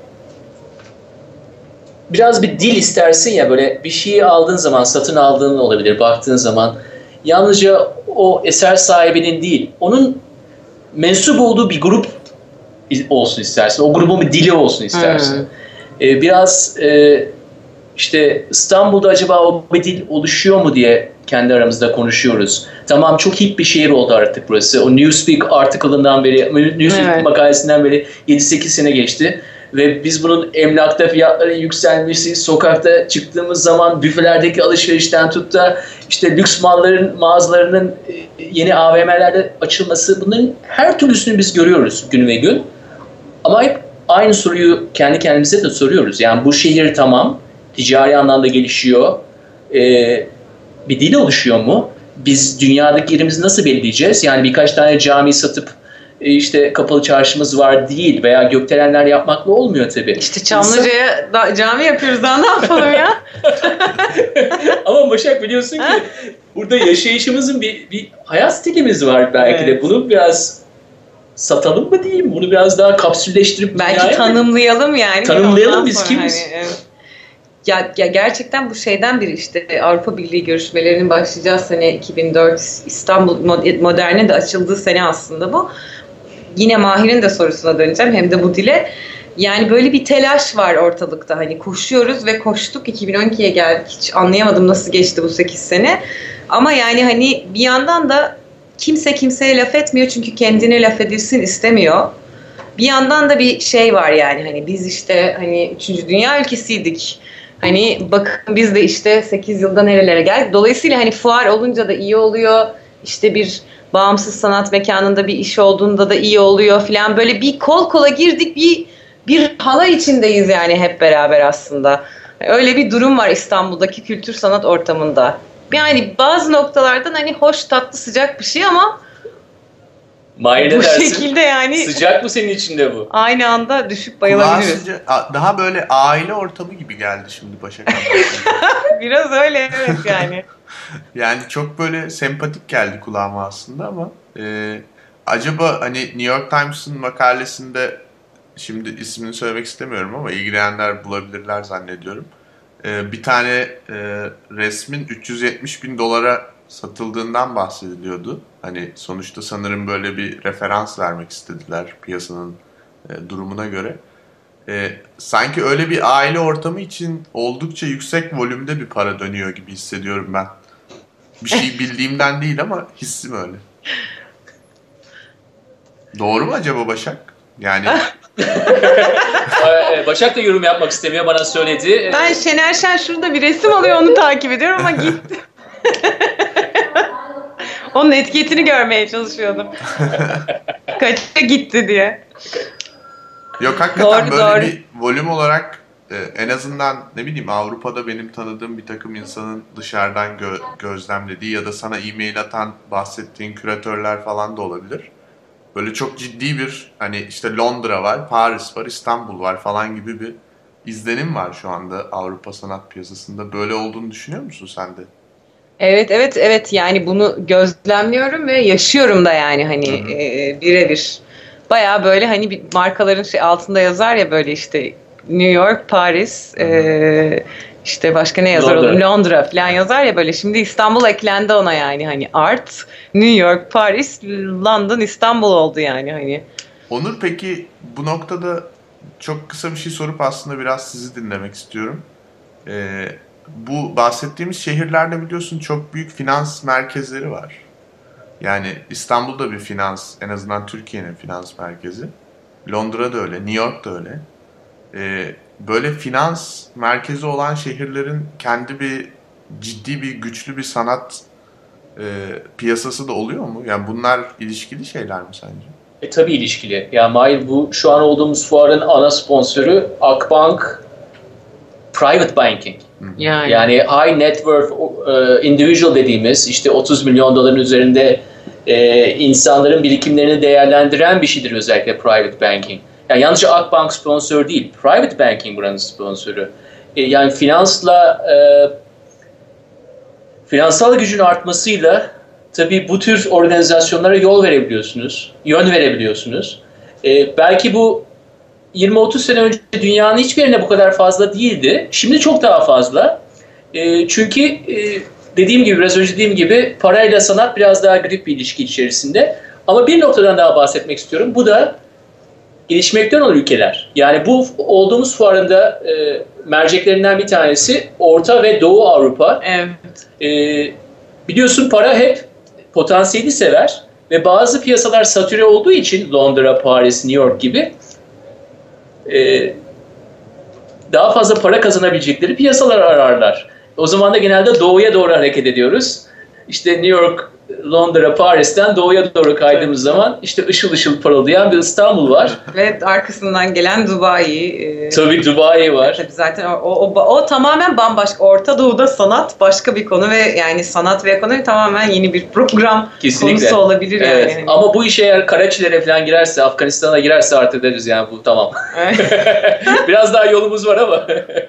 Speaker 2: biraz bir dil istersin ya, böyle bir şeyi aldığın zaman, satın aldığın olabilir, baktığın zaman yalnızca o eser sahibinin değil, onun mensup olduğu bir grup olsun istersin. O grubun bir dili olsun istersin.
Speaker 3: Hmm.
Speaker 2: E, biraz e, işte İstanbul'da acaba o bir dil oluşuyor mu diye kendi aramızda konuşuyoruz. Tamam, çok hip bir şehir oldu artık burası. O Newsweek article'ından beri, Newsweek
Speaker 3: Evet.
Speaker 2: makalesinden beri yedi sekiz sene geçti. Ve biz bunun emlakta fiyatların yükselmesi, sokakta çıktığımız zaman büfelerdeki alışverişten tut da işte lüks malların, mağazalarının yeni A V M'lerde açılması, bunların her türlüsünü biz görüyoruz gün ve gün. Ama hep aynı soruyu kendi kendimize de soruyoruz. Yani bu şehir tamam, ticari anlamda gelişiyor, ee, bir dil oluşuyor mu? Biz dünyadaki yerimizi nasıl belirleyeceğiz? Yani birkaç tane cami satıp işte kapalı çarşımız var değil veya gökdelenler yapmakla olmuyor tabii.
Speaker 3: İşte Çamlıca'ya da, cami yapıyoruz daha ne yapalım ya?
Speaker 2: Ama Başak, biliyorsun ki burada yaşayışımızın bir, bir hayat stilimiz var belki
Speaker 3: Evet.
Speaker 2: de. Bunu biraz satalım mı diyeyim? Bunu biraz daha kapsülleştirip
Speaker 3: Belki
Speaker 2: dünyaya mı-
Speaker 3: tanımlayalım yani.
Speaker 2: Tanımlayalım
Speaker 3: Ondan
Speaker 2: biz
Speaker 3: sonra
Speaker 2: kimiz?
Speaker 3: hani, evet. Ya, ya gerçekten bu şeyden biri işte Avrupa Birliği görüşmelerinin başlayacağı sene iki bin dört, İstanbul Modern'in de açıldığı sene aslında bu. Yine Mahir'in de sorusuna döneceğim hem de bu dile. Yani böyle bir telaş var ortalıkta. Hani koşuyoruz ve koştuk. iki bin on ikiye geldik. Hiç anlayamadım nasıl geçti bu sekiz sene. Ama yani hani bir yandan da kimse kimseye laf etmiyor çünkü kendine laf edilsin istemiyor. Bir yandan da bir şey var yani hani biz işte hani üçüncü dünya ülkesiydik. Hani bakın biz de işte sekiz yılda nerelere geldik. Dolayısıyla hani fuar olunca da iyi oluyor. İşte bir bağımsız sanat mekanında bir iş olduğunda da iyi oluyor filan. Böyle bir kol kola girdik, bir bir halay içindeyiz yani hep beraber aslında. Öyle bir durum var İstanbul'daki kültür sanat ortamında. Yani bazı noktalardan hani hoş, tatlı, sıcak bir şey ama
Speaker 2: Mahir ne
Speaker 3: bu
Speaker 2: dersin?
Speaker 3: şekilde yani
Speaker 2: Sıcak mı senin içinde bu?
Speaker 3: aynı anda düşüp
Speaker 1: Kulağa
Speaker 3: bayılabiliriz.
Speaker 1: sıca- a- daha böyle aile ortamı gibi geldi şimdi Başak anlatınca.
Speaker 3: Biraz öyle evet yani.
Speaker 1: Yani çok böyle sempatik geldi kulağıma aslında ama e, acaba hani New York Times'ın makalesinde, şimdi ismini söylemek istemiyorum ama ilgilenenler bulabilirler zannediyorum. E, bir tane e, resmin üç yüz yetmiş bin dolara satıldığından bahsediliyordu. Hani sonuçta sanırım böyle bir referans vermek istediler piyasanın e, durumuna göre. E, sanki öyle bir aile ortamı için oldukça yüksek volümde bir para dönüyor gibi hissediyorum ben. Bir şey bildiğimden değil ama hissim öyle. Doğru mu acaba Başak? Yani
Speaker 2: Ee, Başak da yorum yapmak istemiyor, bana söyledi.
Speaker 3: Ben Şener Şen şurada bir resim alıyor onu takip ediyorum ama gitti. Onun etiketini görmeye çalışıyordum. Kaça gitti diye.
Speaker 1: yok hakikaten
Speaker 3: Doğru,
Speaker 1: böyle
Speaker 3: doğru.
Speaker 1: bir volüm olarak e, en azından ne bileyim Avrupa'da benim tanıdığım bir takım insanın dışarıdan gö- gözlemlediği ya da sana e-mail atan bahsettiğin küratörler falan da olabilir. Böyle çok ciddi bir hani işte Londra var, Paris var, İstanbul var falan gibi bir izlenim var şu anda Avrupa sanat piyasasında. Böyle olduğunu düşünüyor musun sen de?
Speaker 3: Evet evet evet yani bunu gözlemliyorum ve yaşıyorum da yani hani e, birebir. Bayağı böyle hani bir markaların şey altında yazar ya böyle işte New York, Paris, e, işte başka ne yazar
Speaker 2: Londra.
Speaker 3: olur? Londra falan yazar ya böyle. Şimdi İstanbul eklendi ona yani hani Art, New York, Paris, London, İstanbul oldu yani hani.
Speaker 1: Onur, peki bu noktada çok kısa bir şey sorup aslında biraz sizi dinlemek istiyorum. Ee, bu bahsettiğimiz şehirlerde biliyorsun çok büyük finans merkezleri var. Yani İstanbul'da bir finans, en azından Türkiye'nin finans merkezi. Londra'da öyle, New York'ta öyle. Ee, böyle finans merkezi olan şehirlerin kendi bir ciddi bir güçlü bir sanat e, piyasası da oluyor mu? Yani bunlar ilişkili şeyler mi sence?
Speaker 2: E tabii ilişkili. Yani Mahir, bu şu an olduğumuz fuarın ana sponsoru Akbank Private Banking.
Speaker 3: Yani,
Speaker 2: Yani high net worth uh, individual dediğimiz işte otuz milyon doların üzerinde e, insanların birikimlerini değerlendiren bir şeydir özellikle private banking. Yani yalnızca Akbank sponsor değil, private banking buranın sponsoru. E, yani finansla e, finansal gücün artmasıyla tabii bu tür organizasyonlara yol verebiliyorsunuz, yön verebiliyorsunuz. E, belki bu yirmi otuz sene önce dünyanın hiçbir yerine bu kadar fazla değildi. Şimdi çok daha fazla. E, çünkü e, dediğim gibi, biraz önce dediğim gibi parayla sanat biraz daha grip bir ilişki içerisinde. Ama bir noktadan daha bahsetmek istiyorum. Bu da gelişmekte olan ülkeler. Yani bu olduğumuz fuarında e, merceklerinden bir tanesi Orta ve Doğu Avrupa.
Speaker 3: evet.
Speaker 2: E, biliyorsun para hep potansiyeli sever ve bazı piyasalar satüre olduğu için Londra, Paris, New York gibi e, daha fazla para kazanabilecekleri piyasalar ararlar. O zaman da genelde doğuya doğru hareket ediyoruz. İşte New York, Londra, Paris'ten doğuya doğru kaydığımız zaman işte ışıl ışıl parıldayan bir İstanbul var.
Speaker 3: Ve arkasından gelen Dubai. E,
Speaker 2: Tabii Dubai var.
Speaker 3: Tabii zaten o, o, o, o tamamen bambaşka. Orta Doğu'da sanat başka bir konu ve yani sanat ve ekonomi tamamen yeni bir program
Speaker 2: Kesinlikle
Speaker 3: konusu olabilir yani.
Speaker 2: Evet. Ama bu işe eğer Karaçilere falan girerse, Afganistan'a girerse artık deriz yani bu tamam. Biraz daha yolumuz var ama.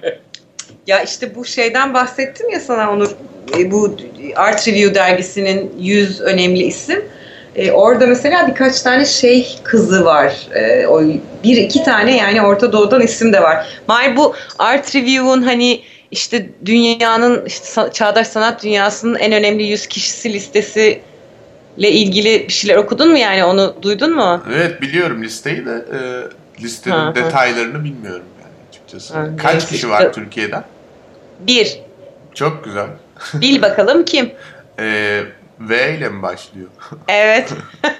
Speaker 3: Ya işte bu şeyden bahsettim ya sana Onur. E, bu Art Review dergisinin yüz önemli isim. E, orada mesela birkaç tane şey kızı var. E, o bir iki tane yani Orta Doğu'dan isim de var. Mahir, bu Art Review'un hani işte dünyanın işte çağdaş sanat dünyasının en önemli yüz kişisi listesiyle ilgili bir şeyler okudun mu, yani onu duydun mu?
Speaker 1: Evet, biliyorum listeyi de e, listenin
Speaker 3: Ha, ha.
Speaker 1: detaylarını bilmiyorum yani açıkçası.
Speaker 3: Ha,
Speaker 1: Kaç
Speaker 3: neyse
Speaker 1: kişi
Speaker 3: işte.
Speaker 1: var Türkiye'den?
Speaker 3: Bir.
Speaker 1: Çok güzel.
Speaker 3: Bil bakalım kim?
Speaker 1: E, V ile mi başlıyor?
Speaker 3: Evet.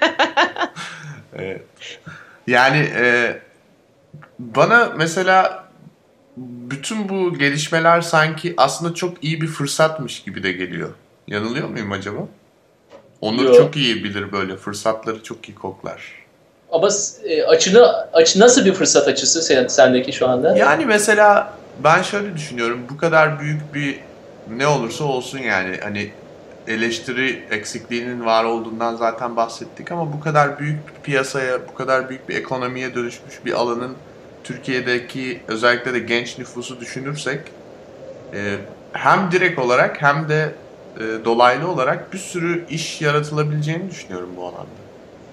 Speaker 1: Evet. Yani e, bana mesela bütün bu gelişmeler sanki aslında çok iyi bir fırsatmış gibi de geliyor. Yanılıyor muyum acaba? Onur
Speaker 2: Yok.
Speaker 1: çok iyi bilir, böyle fırsatları çok iyi koklar.
Speaker 2: Ama e, açını, açı nasıl bir fırsat açısı sen, sendeki şu anda?
Speaker 1: Yani mesela ben şöyle düşünüyorum, bu kadar büyük bir ne olursa olsun yani hani eleştiri eksikliğinin var olduğundan zaten bahsettik ama bu kadar büyük bir piyasaya, bu kadar büyük bir ekonomiye dönüşmüş bir alanın Türkiye'deki özellikle de genç nüfusu düşünürsek e, hem direkt olarak hem de e, dolaylı olarak bir sürü iş yaratılabileceğini düşünüyorum bu alanda.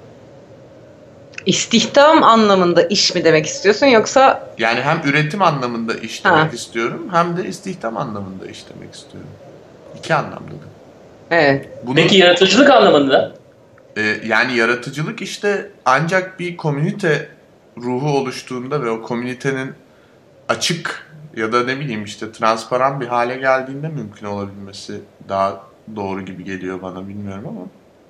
Speaker 3: İstihdam anlamında iş mi demek istiyorsun yoksa?
Speaker 1: Yani hem üretim anlamında iş
Speaker 3: Ha.
Speaker 1: demek istiyorum hem de istihdam anlamında iş demek istiyorum. İki anlamda da.
Speaker 3: Evet.
Speaker 1: Bunu,
Speaker 2: Peki yaratıcılık anlamında?
Speaker 1: e, yani yaratıcılık işte ancak bir komünite ruhu oluştuğunda ve o komünitenin açık ya da ne bileyim işte transparan bir hale geldiğinde mümkün olabilmesi daha doğru gibi geliyor bana, bilmiyorum ama.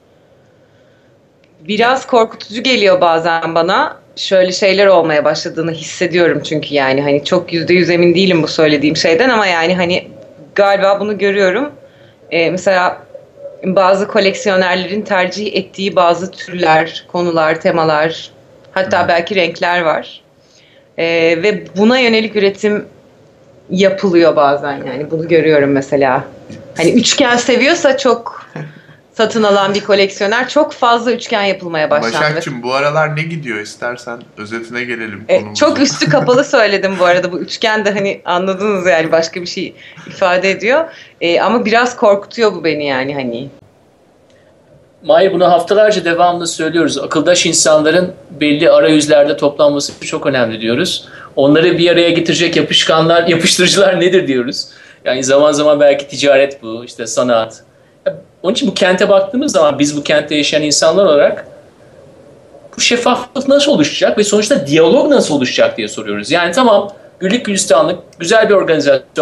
Speaker 3: Biraz korkutucu geliyor bazen bana. Şöyle şeyler olmaya başladığını hissediyorum çünkü yani hani çok yüzde yüz emin değilim bu söylediğim şeyden ama yani hani galiba bunu görüyorum. Ee, mesela bazı koleksiyonerlerin tercih ettiği bazı türler, konular, temalar, hatta belki renkler var. Ee, ve buna yönelik üretim yapılıyor bazen, yani bunu görüyorum mesela. Hani üçgen seviyorsa çok satın alan bir koleksiyoner çok fazla üçgen yapılmaya başlandı.
Speaker 1: Başakçığım, bu aralar ne gidiyor, istersen özetine gelelim
Speaker 3: E,
Speaker 1: konumuzu.
Speaker 3: çok üstü kapalı söyledim bu arada, bu üçgen de hani anladınız yani başka bir şey ifade ediyor. E, ama biraz korkutuyor bu beni yani hani.
Speaker 2: Mahir, bunu haftalarca devamlı söylüyoruz. Akıldaş insanların belli arayüzlerde toplanması çok önemli diyoruz. Onları bir araya getirecek yapışkanlar, yapıştırıcılar nedir diyoruz. Yani zaman zaman belki ticaret bu, işte sanat. Onun için bu kente baktığımız zaman biz bu kentte yaşayan insanlar olarak bu şeffaflık nasıl oluşacak ve sonuçta diyalog nasıl oluşacak diye soruyoruz. Yani tamam, güllük gülistanlık, güzel bir organizasyon,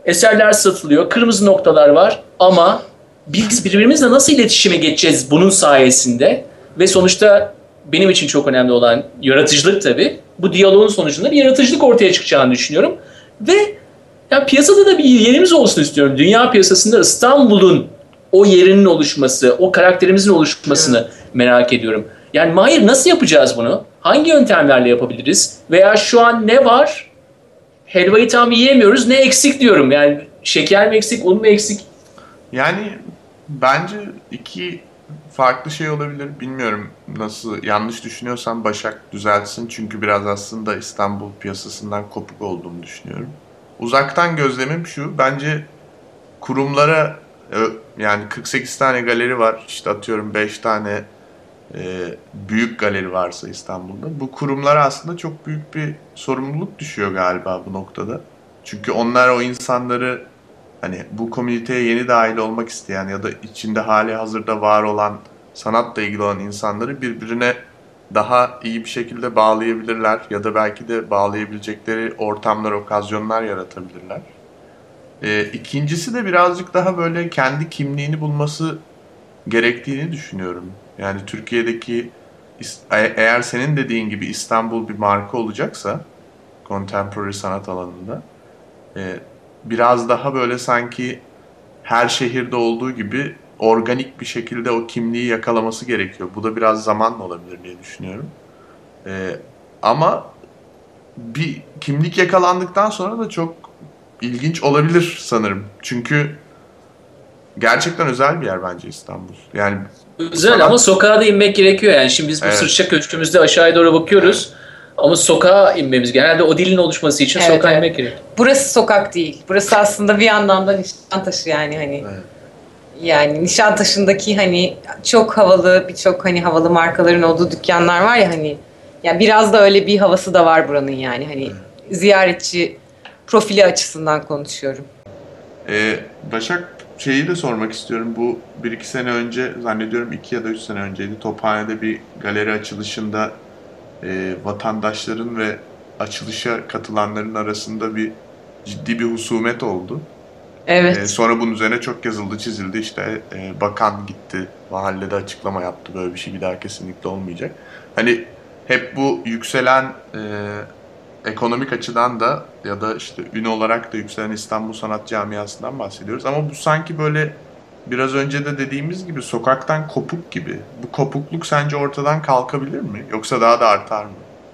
Speaker 2: Eserler satılıyor, kırmızı noktalar var ama biz birbirimizle nasıl iletişime geçeceğiz bunun sayesinde? Ve sonuçta benim için çok önemli olan yaratıcılık tabii. Bu diyaloğun sonucunda bir yaratıcılık ortaya çıkacağını düşünüyorum. Ve ya piyasada da bir yerimiz olsun istiyorum. Dünya piyasasında İstanbul'un o yerinin oluşması, o karakterimizin oluşmasını evet. merak ediyorum. Yani Mahir, nasıl yapacağız bunu? Hangi yöntemlerle yapabiliriz? Veya şu an ne var? Helvayı tam yiyemiyoruz. Ne eksik diyorum. Yani şeker mi eksik, un mu eksik?
Speaker 1: Yani bence iki farklı şey olabilir. Bilmiyorum, nasıl, yanlış düşünüyorsam Başak düzeltsin. Çünkü biraz aslında İstanbul piyasasından kopuk olduğumu düşünüyorum. Uzaktan gözlemim şu. Bence kurumlara, yani kırk sekiz tane galeri var. İşte atıyorum beş tane e, büyük galeri varsa İstanbul'da. Bu kurumlara aslında çok büyük bir sorumluluk düşüyor galiba bu noktada. Çünkü onlar o insanları, hani bu komüniteye yeni dahil olmak isteyen ya da içinde hali hazırda var olan, sanatla ilgili olan insanları birbirine daha iyi bir şekilde bağlayabilirler ya da belki de bağlayabilecekleri ortamlar, okazyonlar yaratabilirler. Ee, ikincisi de birazcık daha böyle kendi kimliğini bulması gerektiğini düşünüyorum. Yani Türkiye'deki, eğer senin dediğin gibi İstanbul bir marka olacaksa contemporary sanat alanında, e, biraz daha böyle sanki her şehirde olduğu gibi organik bir şekilde o kimliği yakalaması gerekiyor. Bu da biraz zamanla olabilir diye düşünüyorum. Ee, ama bir kimlik yakalandıktan sonra da çok ilginç olabilir sanırım. Çünkü gerçekten özel bir yer bence İstanbul. Yani
Speaker 2: özel
Speaker 1: sanat...
Speaker 2: ama sokağa da inmek gerekiyor. Yani şimdi biz bu evet. sırça köşkümüzde aşağıya doğru bakıyoruz. Evet. Ama sokağa inmemiz, genelde o dilin oluşması için evet, sokağa evet. inmek gerekiyor.
Speaker 3: Burası sokak değil. Burası aslında bir yandan da Nişantaşı yani hani. Evet. Yani Nişantaşı'ndaki hani çok havalı, birçok hani havalı markaların olduğu dükkanlar var ya hani. Yani biraz da öyle bir havası da var buranın yani hani evet. ziyaretçi profili açısından konuşuyorum.
Speaker 1: Ee, Başak, şeyi de sormak istiyorum. Bu bir iki sene önce, zannediyorum iki ya da üç sene önceydi. Tophane'de bir galeri açılışında e, vatandaşların ve açılışa katılanların arasında bir ciddi bir husumet oldu.
Speaker 3: Evet.
Speaker 1: Ee, sonra bunun üzerine çok yazıldı, çizildi. İşte e, bakan gitti, mahallede açıklama yaptı. Böyle bir şey bir daha kesinlikle olmayacak. Hani hep bu yükselen e, ekonomik açıdan da ya da işte ün olarak da yükselen İstanbul Sanat Camiası'ndan bahsediyoruz. Ama bu sanki böyle biraz önce de dediğimiz gibi sokaktan kopuk gibi. Bu kopukluk sence ortadan kalkabilir mi? Yoksa daha da artar mı?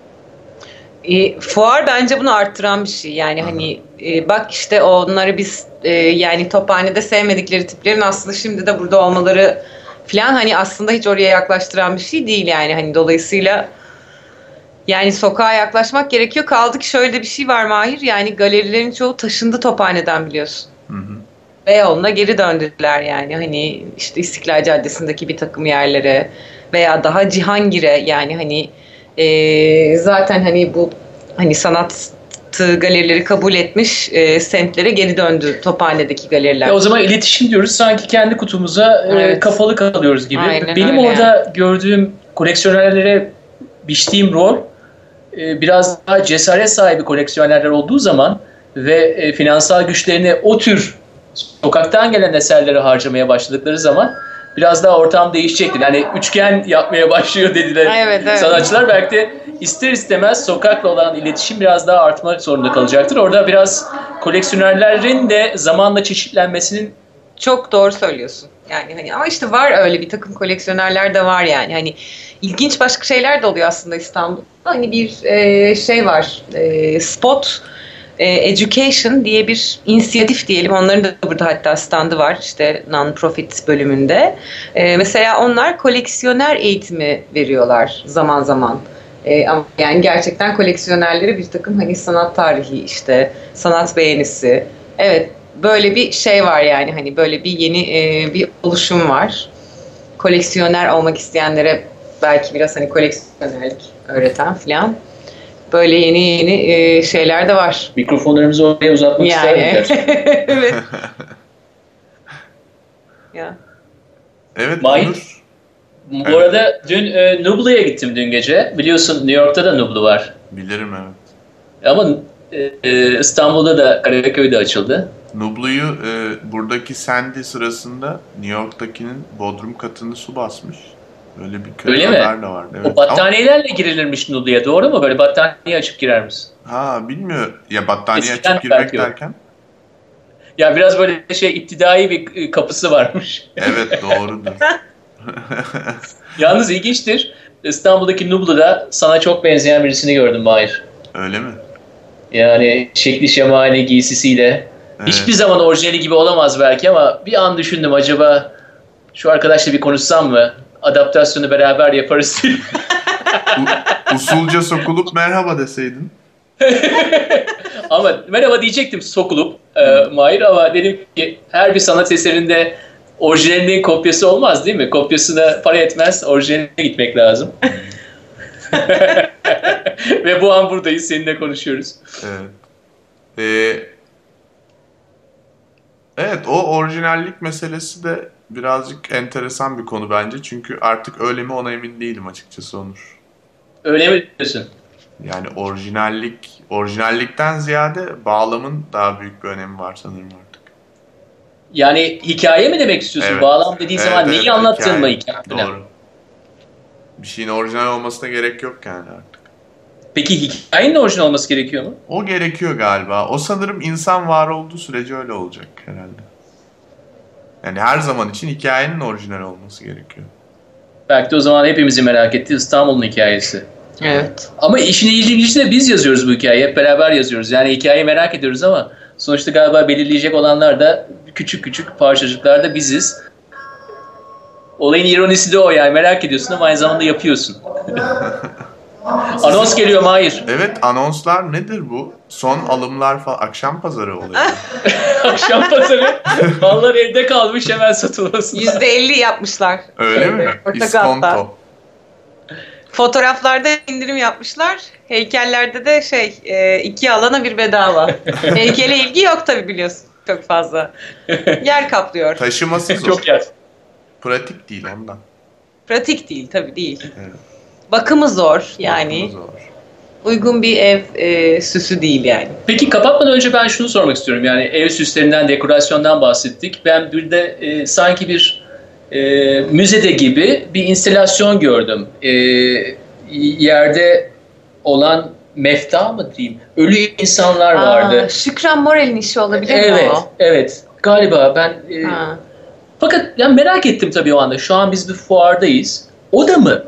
Speaker 3: E, fuar bence bunu arttıran bir şey. Yani Aha. hani e, bak işte onları biz e, yani Tophane'de sevmedikleri tiplerin aslında şimdi de burada olmaları falan hani aslında hiç oraya yaklaştıran bir şey değil yani. Hani dolayısıyla yani sokağa yaklaşmak gerekiyor. Kaldı ki şöyle bir şey var Mahir. Yani galerilerin çoğu taşındı Tophane'den biliyorsun. Hı hı. Beyoğlu'na geri döndüler yani. Hani işte İstiklal Caddesi'ndeki bir takım yerlere veya daha Cihangir'e yani hani e, zaten hani bu hani sanat galerileri kabul etmiş e, semtlere geri döndü Tophane'deki galeriler.
Speaker 2: Ya o zaman iletişim diyoruz. Sanki kendi kutumuza evet. e, kapalı kalıyoruz gibi. Aynen Benim orada yani. gördüğüm koleksiyonerlere biçtiğim rol e, biraz daha cesaret sahibi koleksiyonerler olduğu zaman ve e, finansal güçlerini o tür sokaktan gelen eserleri harcamaya başladıkları zaman biraz daha ortam değişecektir. Yani üçgen yapmaya başlıyor dediler evet, evet. sanatçılar. Belki de ister istemez sokakla olan iletişim biraz daha artmak zorunda kalacaktır. Orada biraz koleksiyonerlerin de zamanla çeşitlenmesinin...
Speaker 3: Çok doğru söylüyorsun. Yani hani ama işte var öyle bir takım koleksiyonerler de var yani. Hani ilginç başka şeyler de oluyor aslında İstanbul'da. Hani bir e, şey var. E, Spot Education diye bir inisiyatif diyelim. Onların da burada hatta standı var işte non-profit bölümünde. Ee, mesela onlar koleksiyoner eğitimi veriyorlar zaman zaman. Ee, ama yani gerçekten koleksiyonerlere bir takım hani sanat tarihi işte sanat beğenisi. Evet böyle bir şey var yani hani böyle bir yeni e, bir oluşum var. Koleksiyoner olmak isteyenlere belki biraz hani koleksiyonerlik öğreten filan. Böyle yeni yeni e, şeyler de var.
Speaker 2: Mikrofonlarımızı oraya uzatmak yani. ister
Speaker 3: evet. ya.
Speaker 1: Evet. Mahir.
Speaker 2: Bu evet. arada dün e, Nublu'ya gittim dün gece. Biliyorsun New York'ta da Nublu var.
Speaker 1: Bilirim evet.
Speaker 2: Ama e, İstanbul'da da Karaköy'de açıldı.
Speaker 1: Nublu'yu e, buradaki Sandy sırasında New York'takinin bodrum katını su basmış. Öyle bir kötü
Speaker 2: Öyle mi?
Speaker 1: haber de vardı. Evet.
Speaker 2: O battaniyelerle girilirmiş Nublu'ya, doğru mu? Böyle battaniye açıp girer misin?
Speaker 1: Ama, ha bilmiyorum. Ya battaniye
Speaker 2: Eskiden
Speaker 1: açıp girmek
Speaker 2: belki yok.
Speaker 1: derken?
Speaker 2: Ya biraz böyle şey iptidai bir kapısı varmış.
Speaker 1: Evet doğrudur.
Speaker 2: Yalnız ilginçtir. İstanbul'daki Nublu'da sana çok benzeyen birisini gördüm Mahir.
Speaker 1: Öyle mi?
Speaker 2: Yani şekli şemali giysisiyle.
Speaker 1: Evet.
Speaker 2: Hiçbir zaman orijinali gibi olamaz belki ama bir an düşündüm, acaba şu arkadaşla bir konuşsam mı? Adaptasyonu beraber yaparız diye.
Speaker 1: U- usulca sokulup merhaba deseydin.
Speaker 2: Ama merhaba diyecektim sokulup e, Mahir, ama dedim ki her bir sanat eserinde orijinalinin kopyası olmaz değil mi? Kopyasına para etmez, orijinaline gitmek lazım. Ve bu an buradayız, seninle konuşuyoruz.
Speaker 1: Evet. Ee, evet o orijinallik meselesi de birazcık enteresan bir konu bence. Çünkü artık öyle mi ona emin değilim açıkçası Onur.
Speaker 2: Öyle mi diyorsun?
Speaker 1: Yani orijinallik, orijinallikten ziyade bağlamın daha büyük bir önemi var sanırım artık.
Speaker 2: Yani hikaye mi demek istiyorsun?
Speaker 1: Evet.
Speaker 2: Bağlam dediğin
Speaker 1: Evet,
Speaker 2: zaman
Speaker 1: evet,
Speaker 2: neyi anlattığın mı
Speaker 1: hikaye.
Speaker 2: hikaye?
Speaker 1: Doğru. Bir şeyin orijinal olmasına gerek yok yani artık.
Speaker 2: Peki hikayenin orijinal olması gerekiyor mu?
Speaker 1: O gerekiyor galiba. O sanırım insan var olduğu sürece öyle olacak herhalde. Yani her zaman için hikayenin orijinal olması gerekiyor.
Speaker 2: Belki de o zaman hepimizin merak ettiği İstanbul'un hikayesi.
Speaker 3: Evet.
Speaker 2: Ama işin ilginci de biz yazıyoruz bu hikayeyi. Hep beraber yazıyoruz. Yani hikayeyi merak ediyoruz ama sonuçta galiba belirleyecek olanlar da küçük küçük parçacıklar da biziz. Olayın ironisi de o yani. Merak ediyorsun ama aynı zamanda yapıyorsun. Anons geliyor Mahir.
Speaker 1: Evet, anonslar nedir bu? Son alımlar falan, akşam pazarı oluyor.
Speaker 2: Akşam pazarı. Mallar evde kalmış, hemen satılmasın.
Speaker 3: yüzde elli yapmışlar.
Speaker 1: Öyle mi?
Speaker 3: Portakal'da.
Speaker 1: İskonto.
Speaker 3: Fotoğraflarda indirim yapmışlar. Heykellerde de şey e, iki alana bir bedava. Heykele ilgi yok tabii, biliyorsun. Çok fazla. Yer kaplıyor.
Speaker 1: Taşıması zor.
Speaker 2: Çok yaz.
Speaker 1: Pratik değil ondan.
Speaker 3: Pratik değil tabii, değil.
Speaker 1: Evet.
Speaker 3: Bakımı zor yani.
Speaker 1: Bakımı zor.
Speaker 3: Uygun bir ev e, süsü değil yani.
Speaker 2: Peki kapatmadan önce ben şunu sormak istiyorum. Yani ev süslerinden, dekorasyondan bahsettik. Ben bir de e, sanki bir e, müzede gibi bir instalasyon gördüm. E, yerde olan mefta mı diyeyim? Ölü insanlar vardı.
Speaker 3: Aa, Şükran Morel'in işi olabilir
Speaker 2: Evet,
Speaker 3: mi o?
Speaker 2: evet. Galiba ben... E,
Speaker 3: Ha.
Speaker 2: fakat yani merak ettim tabii o anda. Şu an biz bir fuardayız. O da mı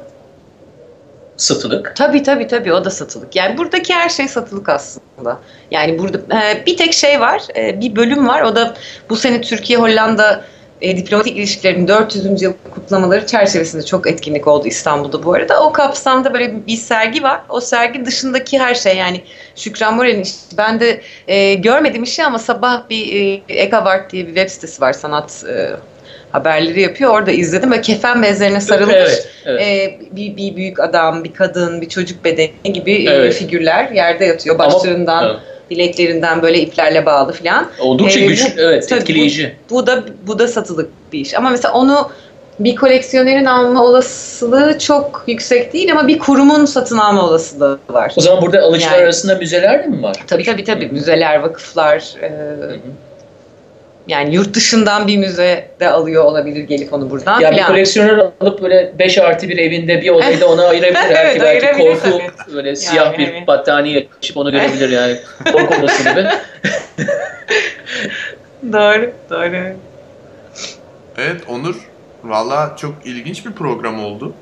Speaker 2: satılık?
Speaker 3: Tabii tabii tabii, o da satılık. Yani buradaki her şey satılık aslında. Yani burada e, bir tek şey var, e, bir bölüm var. O da bu sene Türkiye-Hollanda e, diplomatik ilişkilerin dört yüzüncü yıl kutlamaları çerçevesinde çok etkinlik oldu İstanbul'da bu arada. O kapsamda böyle bir sergi var. O sergi dışındaki her şey, yani Şükran Morel'in işi. Ben de e, görmedim işi ama sabah bir e, Ekavart diye bir web sitesi var, sanat e, haberleri yapıyor. Orada izledim ve kefen bezlerine sarılmış
Speaker 2: Evet, evet.
Speaker 3: e, bir, bir büyük adam, bir kadın, bir çocuk bedeni gibi e,
Speaker 2: Evet.
Speaker 3: figürler yerde yatıyor.
Speaker 2: Ama-
Speaker 3: Başlarından,
Speaker 2: Evet.
Speaker 3: bileklerinden böyle iplerle bağlı filan.
Speaker 2: Oldukça
Speaker 3: Ee,
Speaker 2: güçlü,
Speaker 3: bu-
Speaker 2: evet,
Speaker 3: tabii
Speaker 2: etkileyici.
Speaker 3: Bu, bu da bu da satılık bir iş. Ama mesela onu bir koleksiyonerin alma olasılığı çok yüksek değil ama bir kurumun satın alma olasılığı var.
Speaker 2: O zaman burada alıcılar
Speaker 3: Yani-
Speaker 2: arasında müzeler de mi var?
Speaker 3: Tabii tabii tabii. Müzeler, vakıflar, e,
Speaker 2: Hı hı.
Speaker 3: yani yurt dışından bir müze de alıyor olabilir gelip onu buradan
Speaker 2: Ya bir
Speaker 3: filan.
Speaker 2: koleksiyoner alıp böyle beş artı bir evinde bir odayı da ona ayırabilir.
Speaker 3: Evet,
Speaker 2: belki belki
Speaker 3: ayırabilir
Speaker 2: korku
Speaker 3: tabii.
Speaker 2: böyle siyah bir
Speaker 3: evet.
Speaker 2: battaniye açıp onu görebilir yani. Korku odası gibi.
Speaker 3: Doğru, doğru.
Speaker 1: Evet Onur, valla çok ilginç bir program oldu.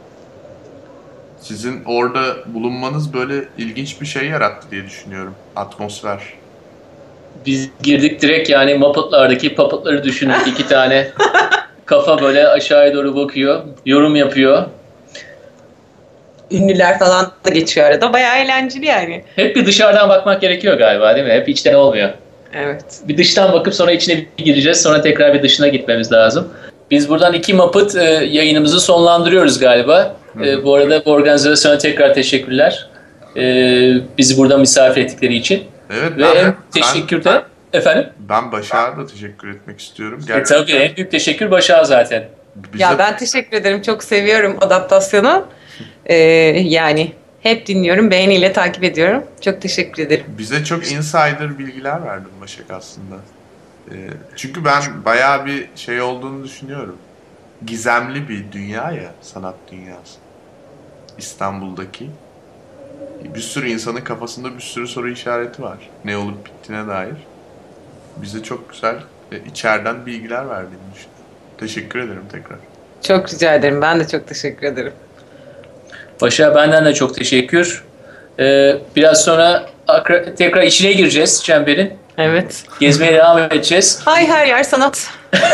Speaker 1: Sizin orada bulunmanız böyle ilginç bir şey yarattı diye düşünüyorum. Atmosfer.
Speaker 2: Biz girdik direkt, yani Muppet'lardaki puppet'ları düşündük. İki tane kafa böyle aşağıya doğru bakıyor, yorum yapıyor.
Speaker 3: Ünlüler falan da geçiyor arada. Bayağı eğlenceli yani.
Speaker 2: Hep bir dışarıdan bakmak gerekiyor galiba, değil mi? Hep içten olmuyor.
Speaker 3: Evet.
Speaker 2: Bir dıştan bakıp sonra içine bir gireceğiz. Sonra tekrar bir dışına gitmemiz lazım. Biz buradan iki Muppet e, yayınımızı sonlandırıyoruz galiba. E, bu arada bu organizasyona tekrar teşekkürler. E, bizi burada misafir ettikleri için.
Speaker 1: Evet
Speaker 2: Ve
Speaker 1: ben,
Speaker 2: en teşekkür de... Efendim?
Speaker 1: ben Başak'a da teşekkür etmek istiyorum.
Speaker 2: E, tabii en büyük teşekkür Başak'a zaten.
Speaker 1: bize-
Speaker 3: Ya ben teşekkür ederim. Çok seviyorum adaptasyonu. Ee, yani hep dinliyorum. Beğeniyle takip ediyorum. Çok teşekkür ederim.
Speaker 1: bize çok insider bilgiler verdin Başak aslında. Ee, çünkü ben bayağı bir şey olduğunu düşünüyorum. Gizemli bir dünya ya, sanat dünyası. İstanbul'daki. Bir sürü insanın kafasında bir sürü soru işareti var. Ne olup bittiğine dair. Bize çok güzel ve içeriden bilgiler verdiğini düşünüyorum. Teşekkür ederim tekrar.
Speaker 3: Çok rica ederim. Ben de çok teşekkür ederim.
Speaker 2: Başa benden de çok teşekkür. Ee, biraz sonra akra- tekrar içine gireceğiz çemberin.
Speaker 3: Evet.
Speaker 2: Gezmeye devam edeceğiz.
Speaker 3: Hay her yer sanat.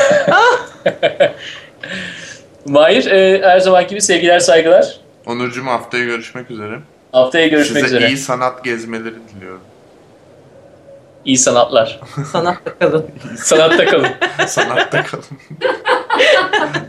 Speaker 2: Mahir, e, her zamanki gibi sevgiler, saygılar.
Speaker 1: Onurcuğum, haftaya görüşmek üzere.
Speaker 2: Haftaya görüşmek
Speaker 1: Size
Speaker 2: üzere.
Speaker 1: iyi sanat gezmeleri diliyorum.
Speaker 2: İyi sanatlar.
Speaker 3: Sanatta kalın.
Speaker 2: Sanatta kalın.
Speaker 1: Sanatta kalın.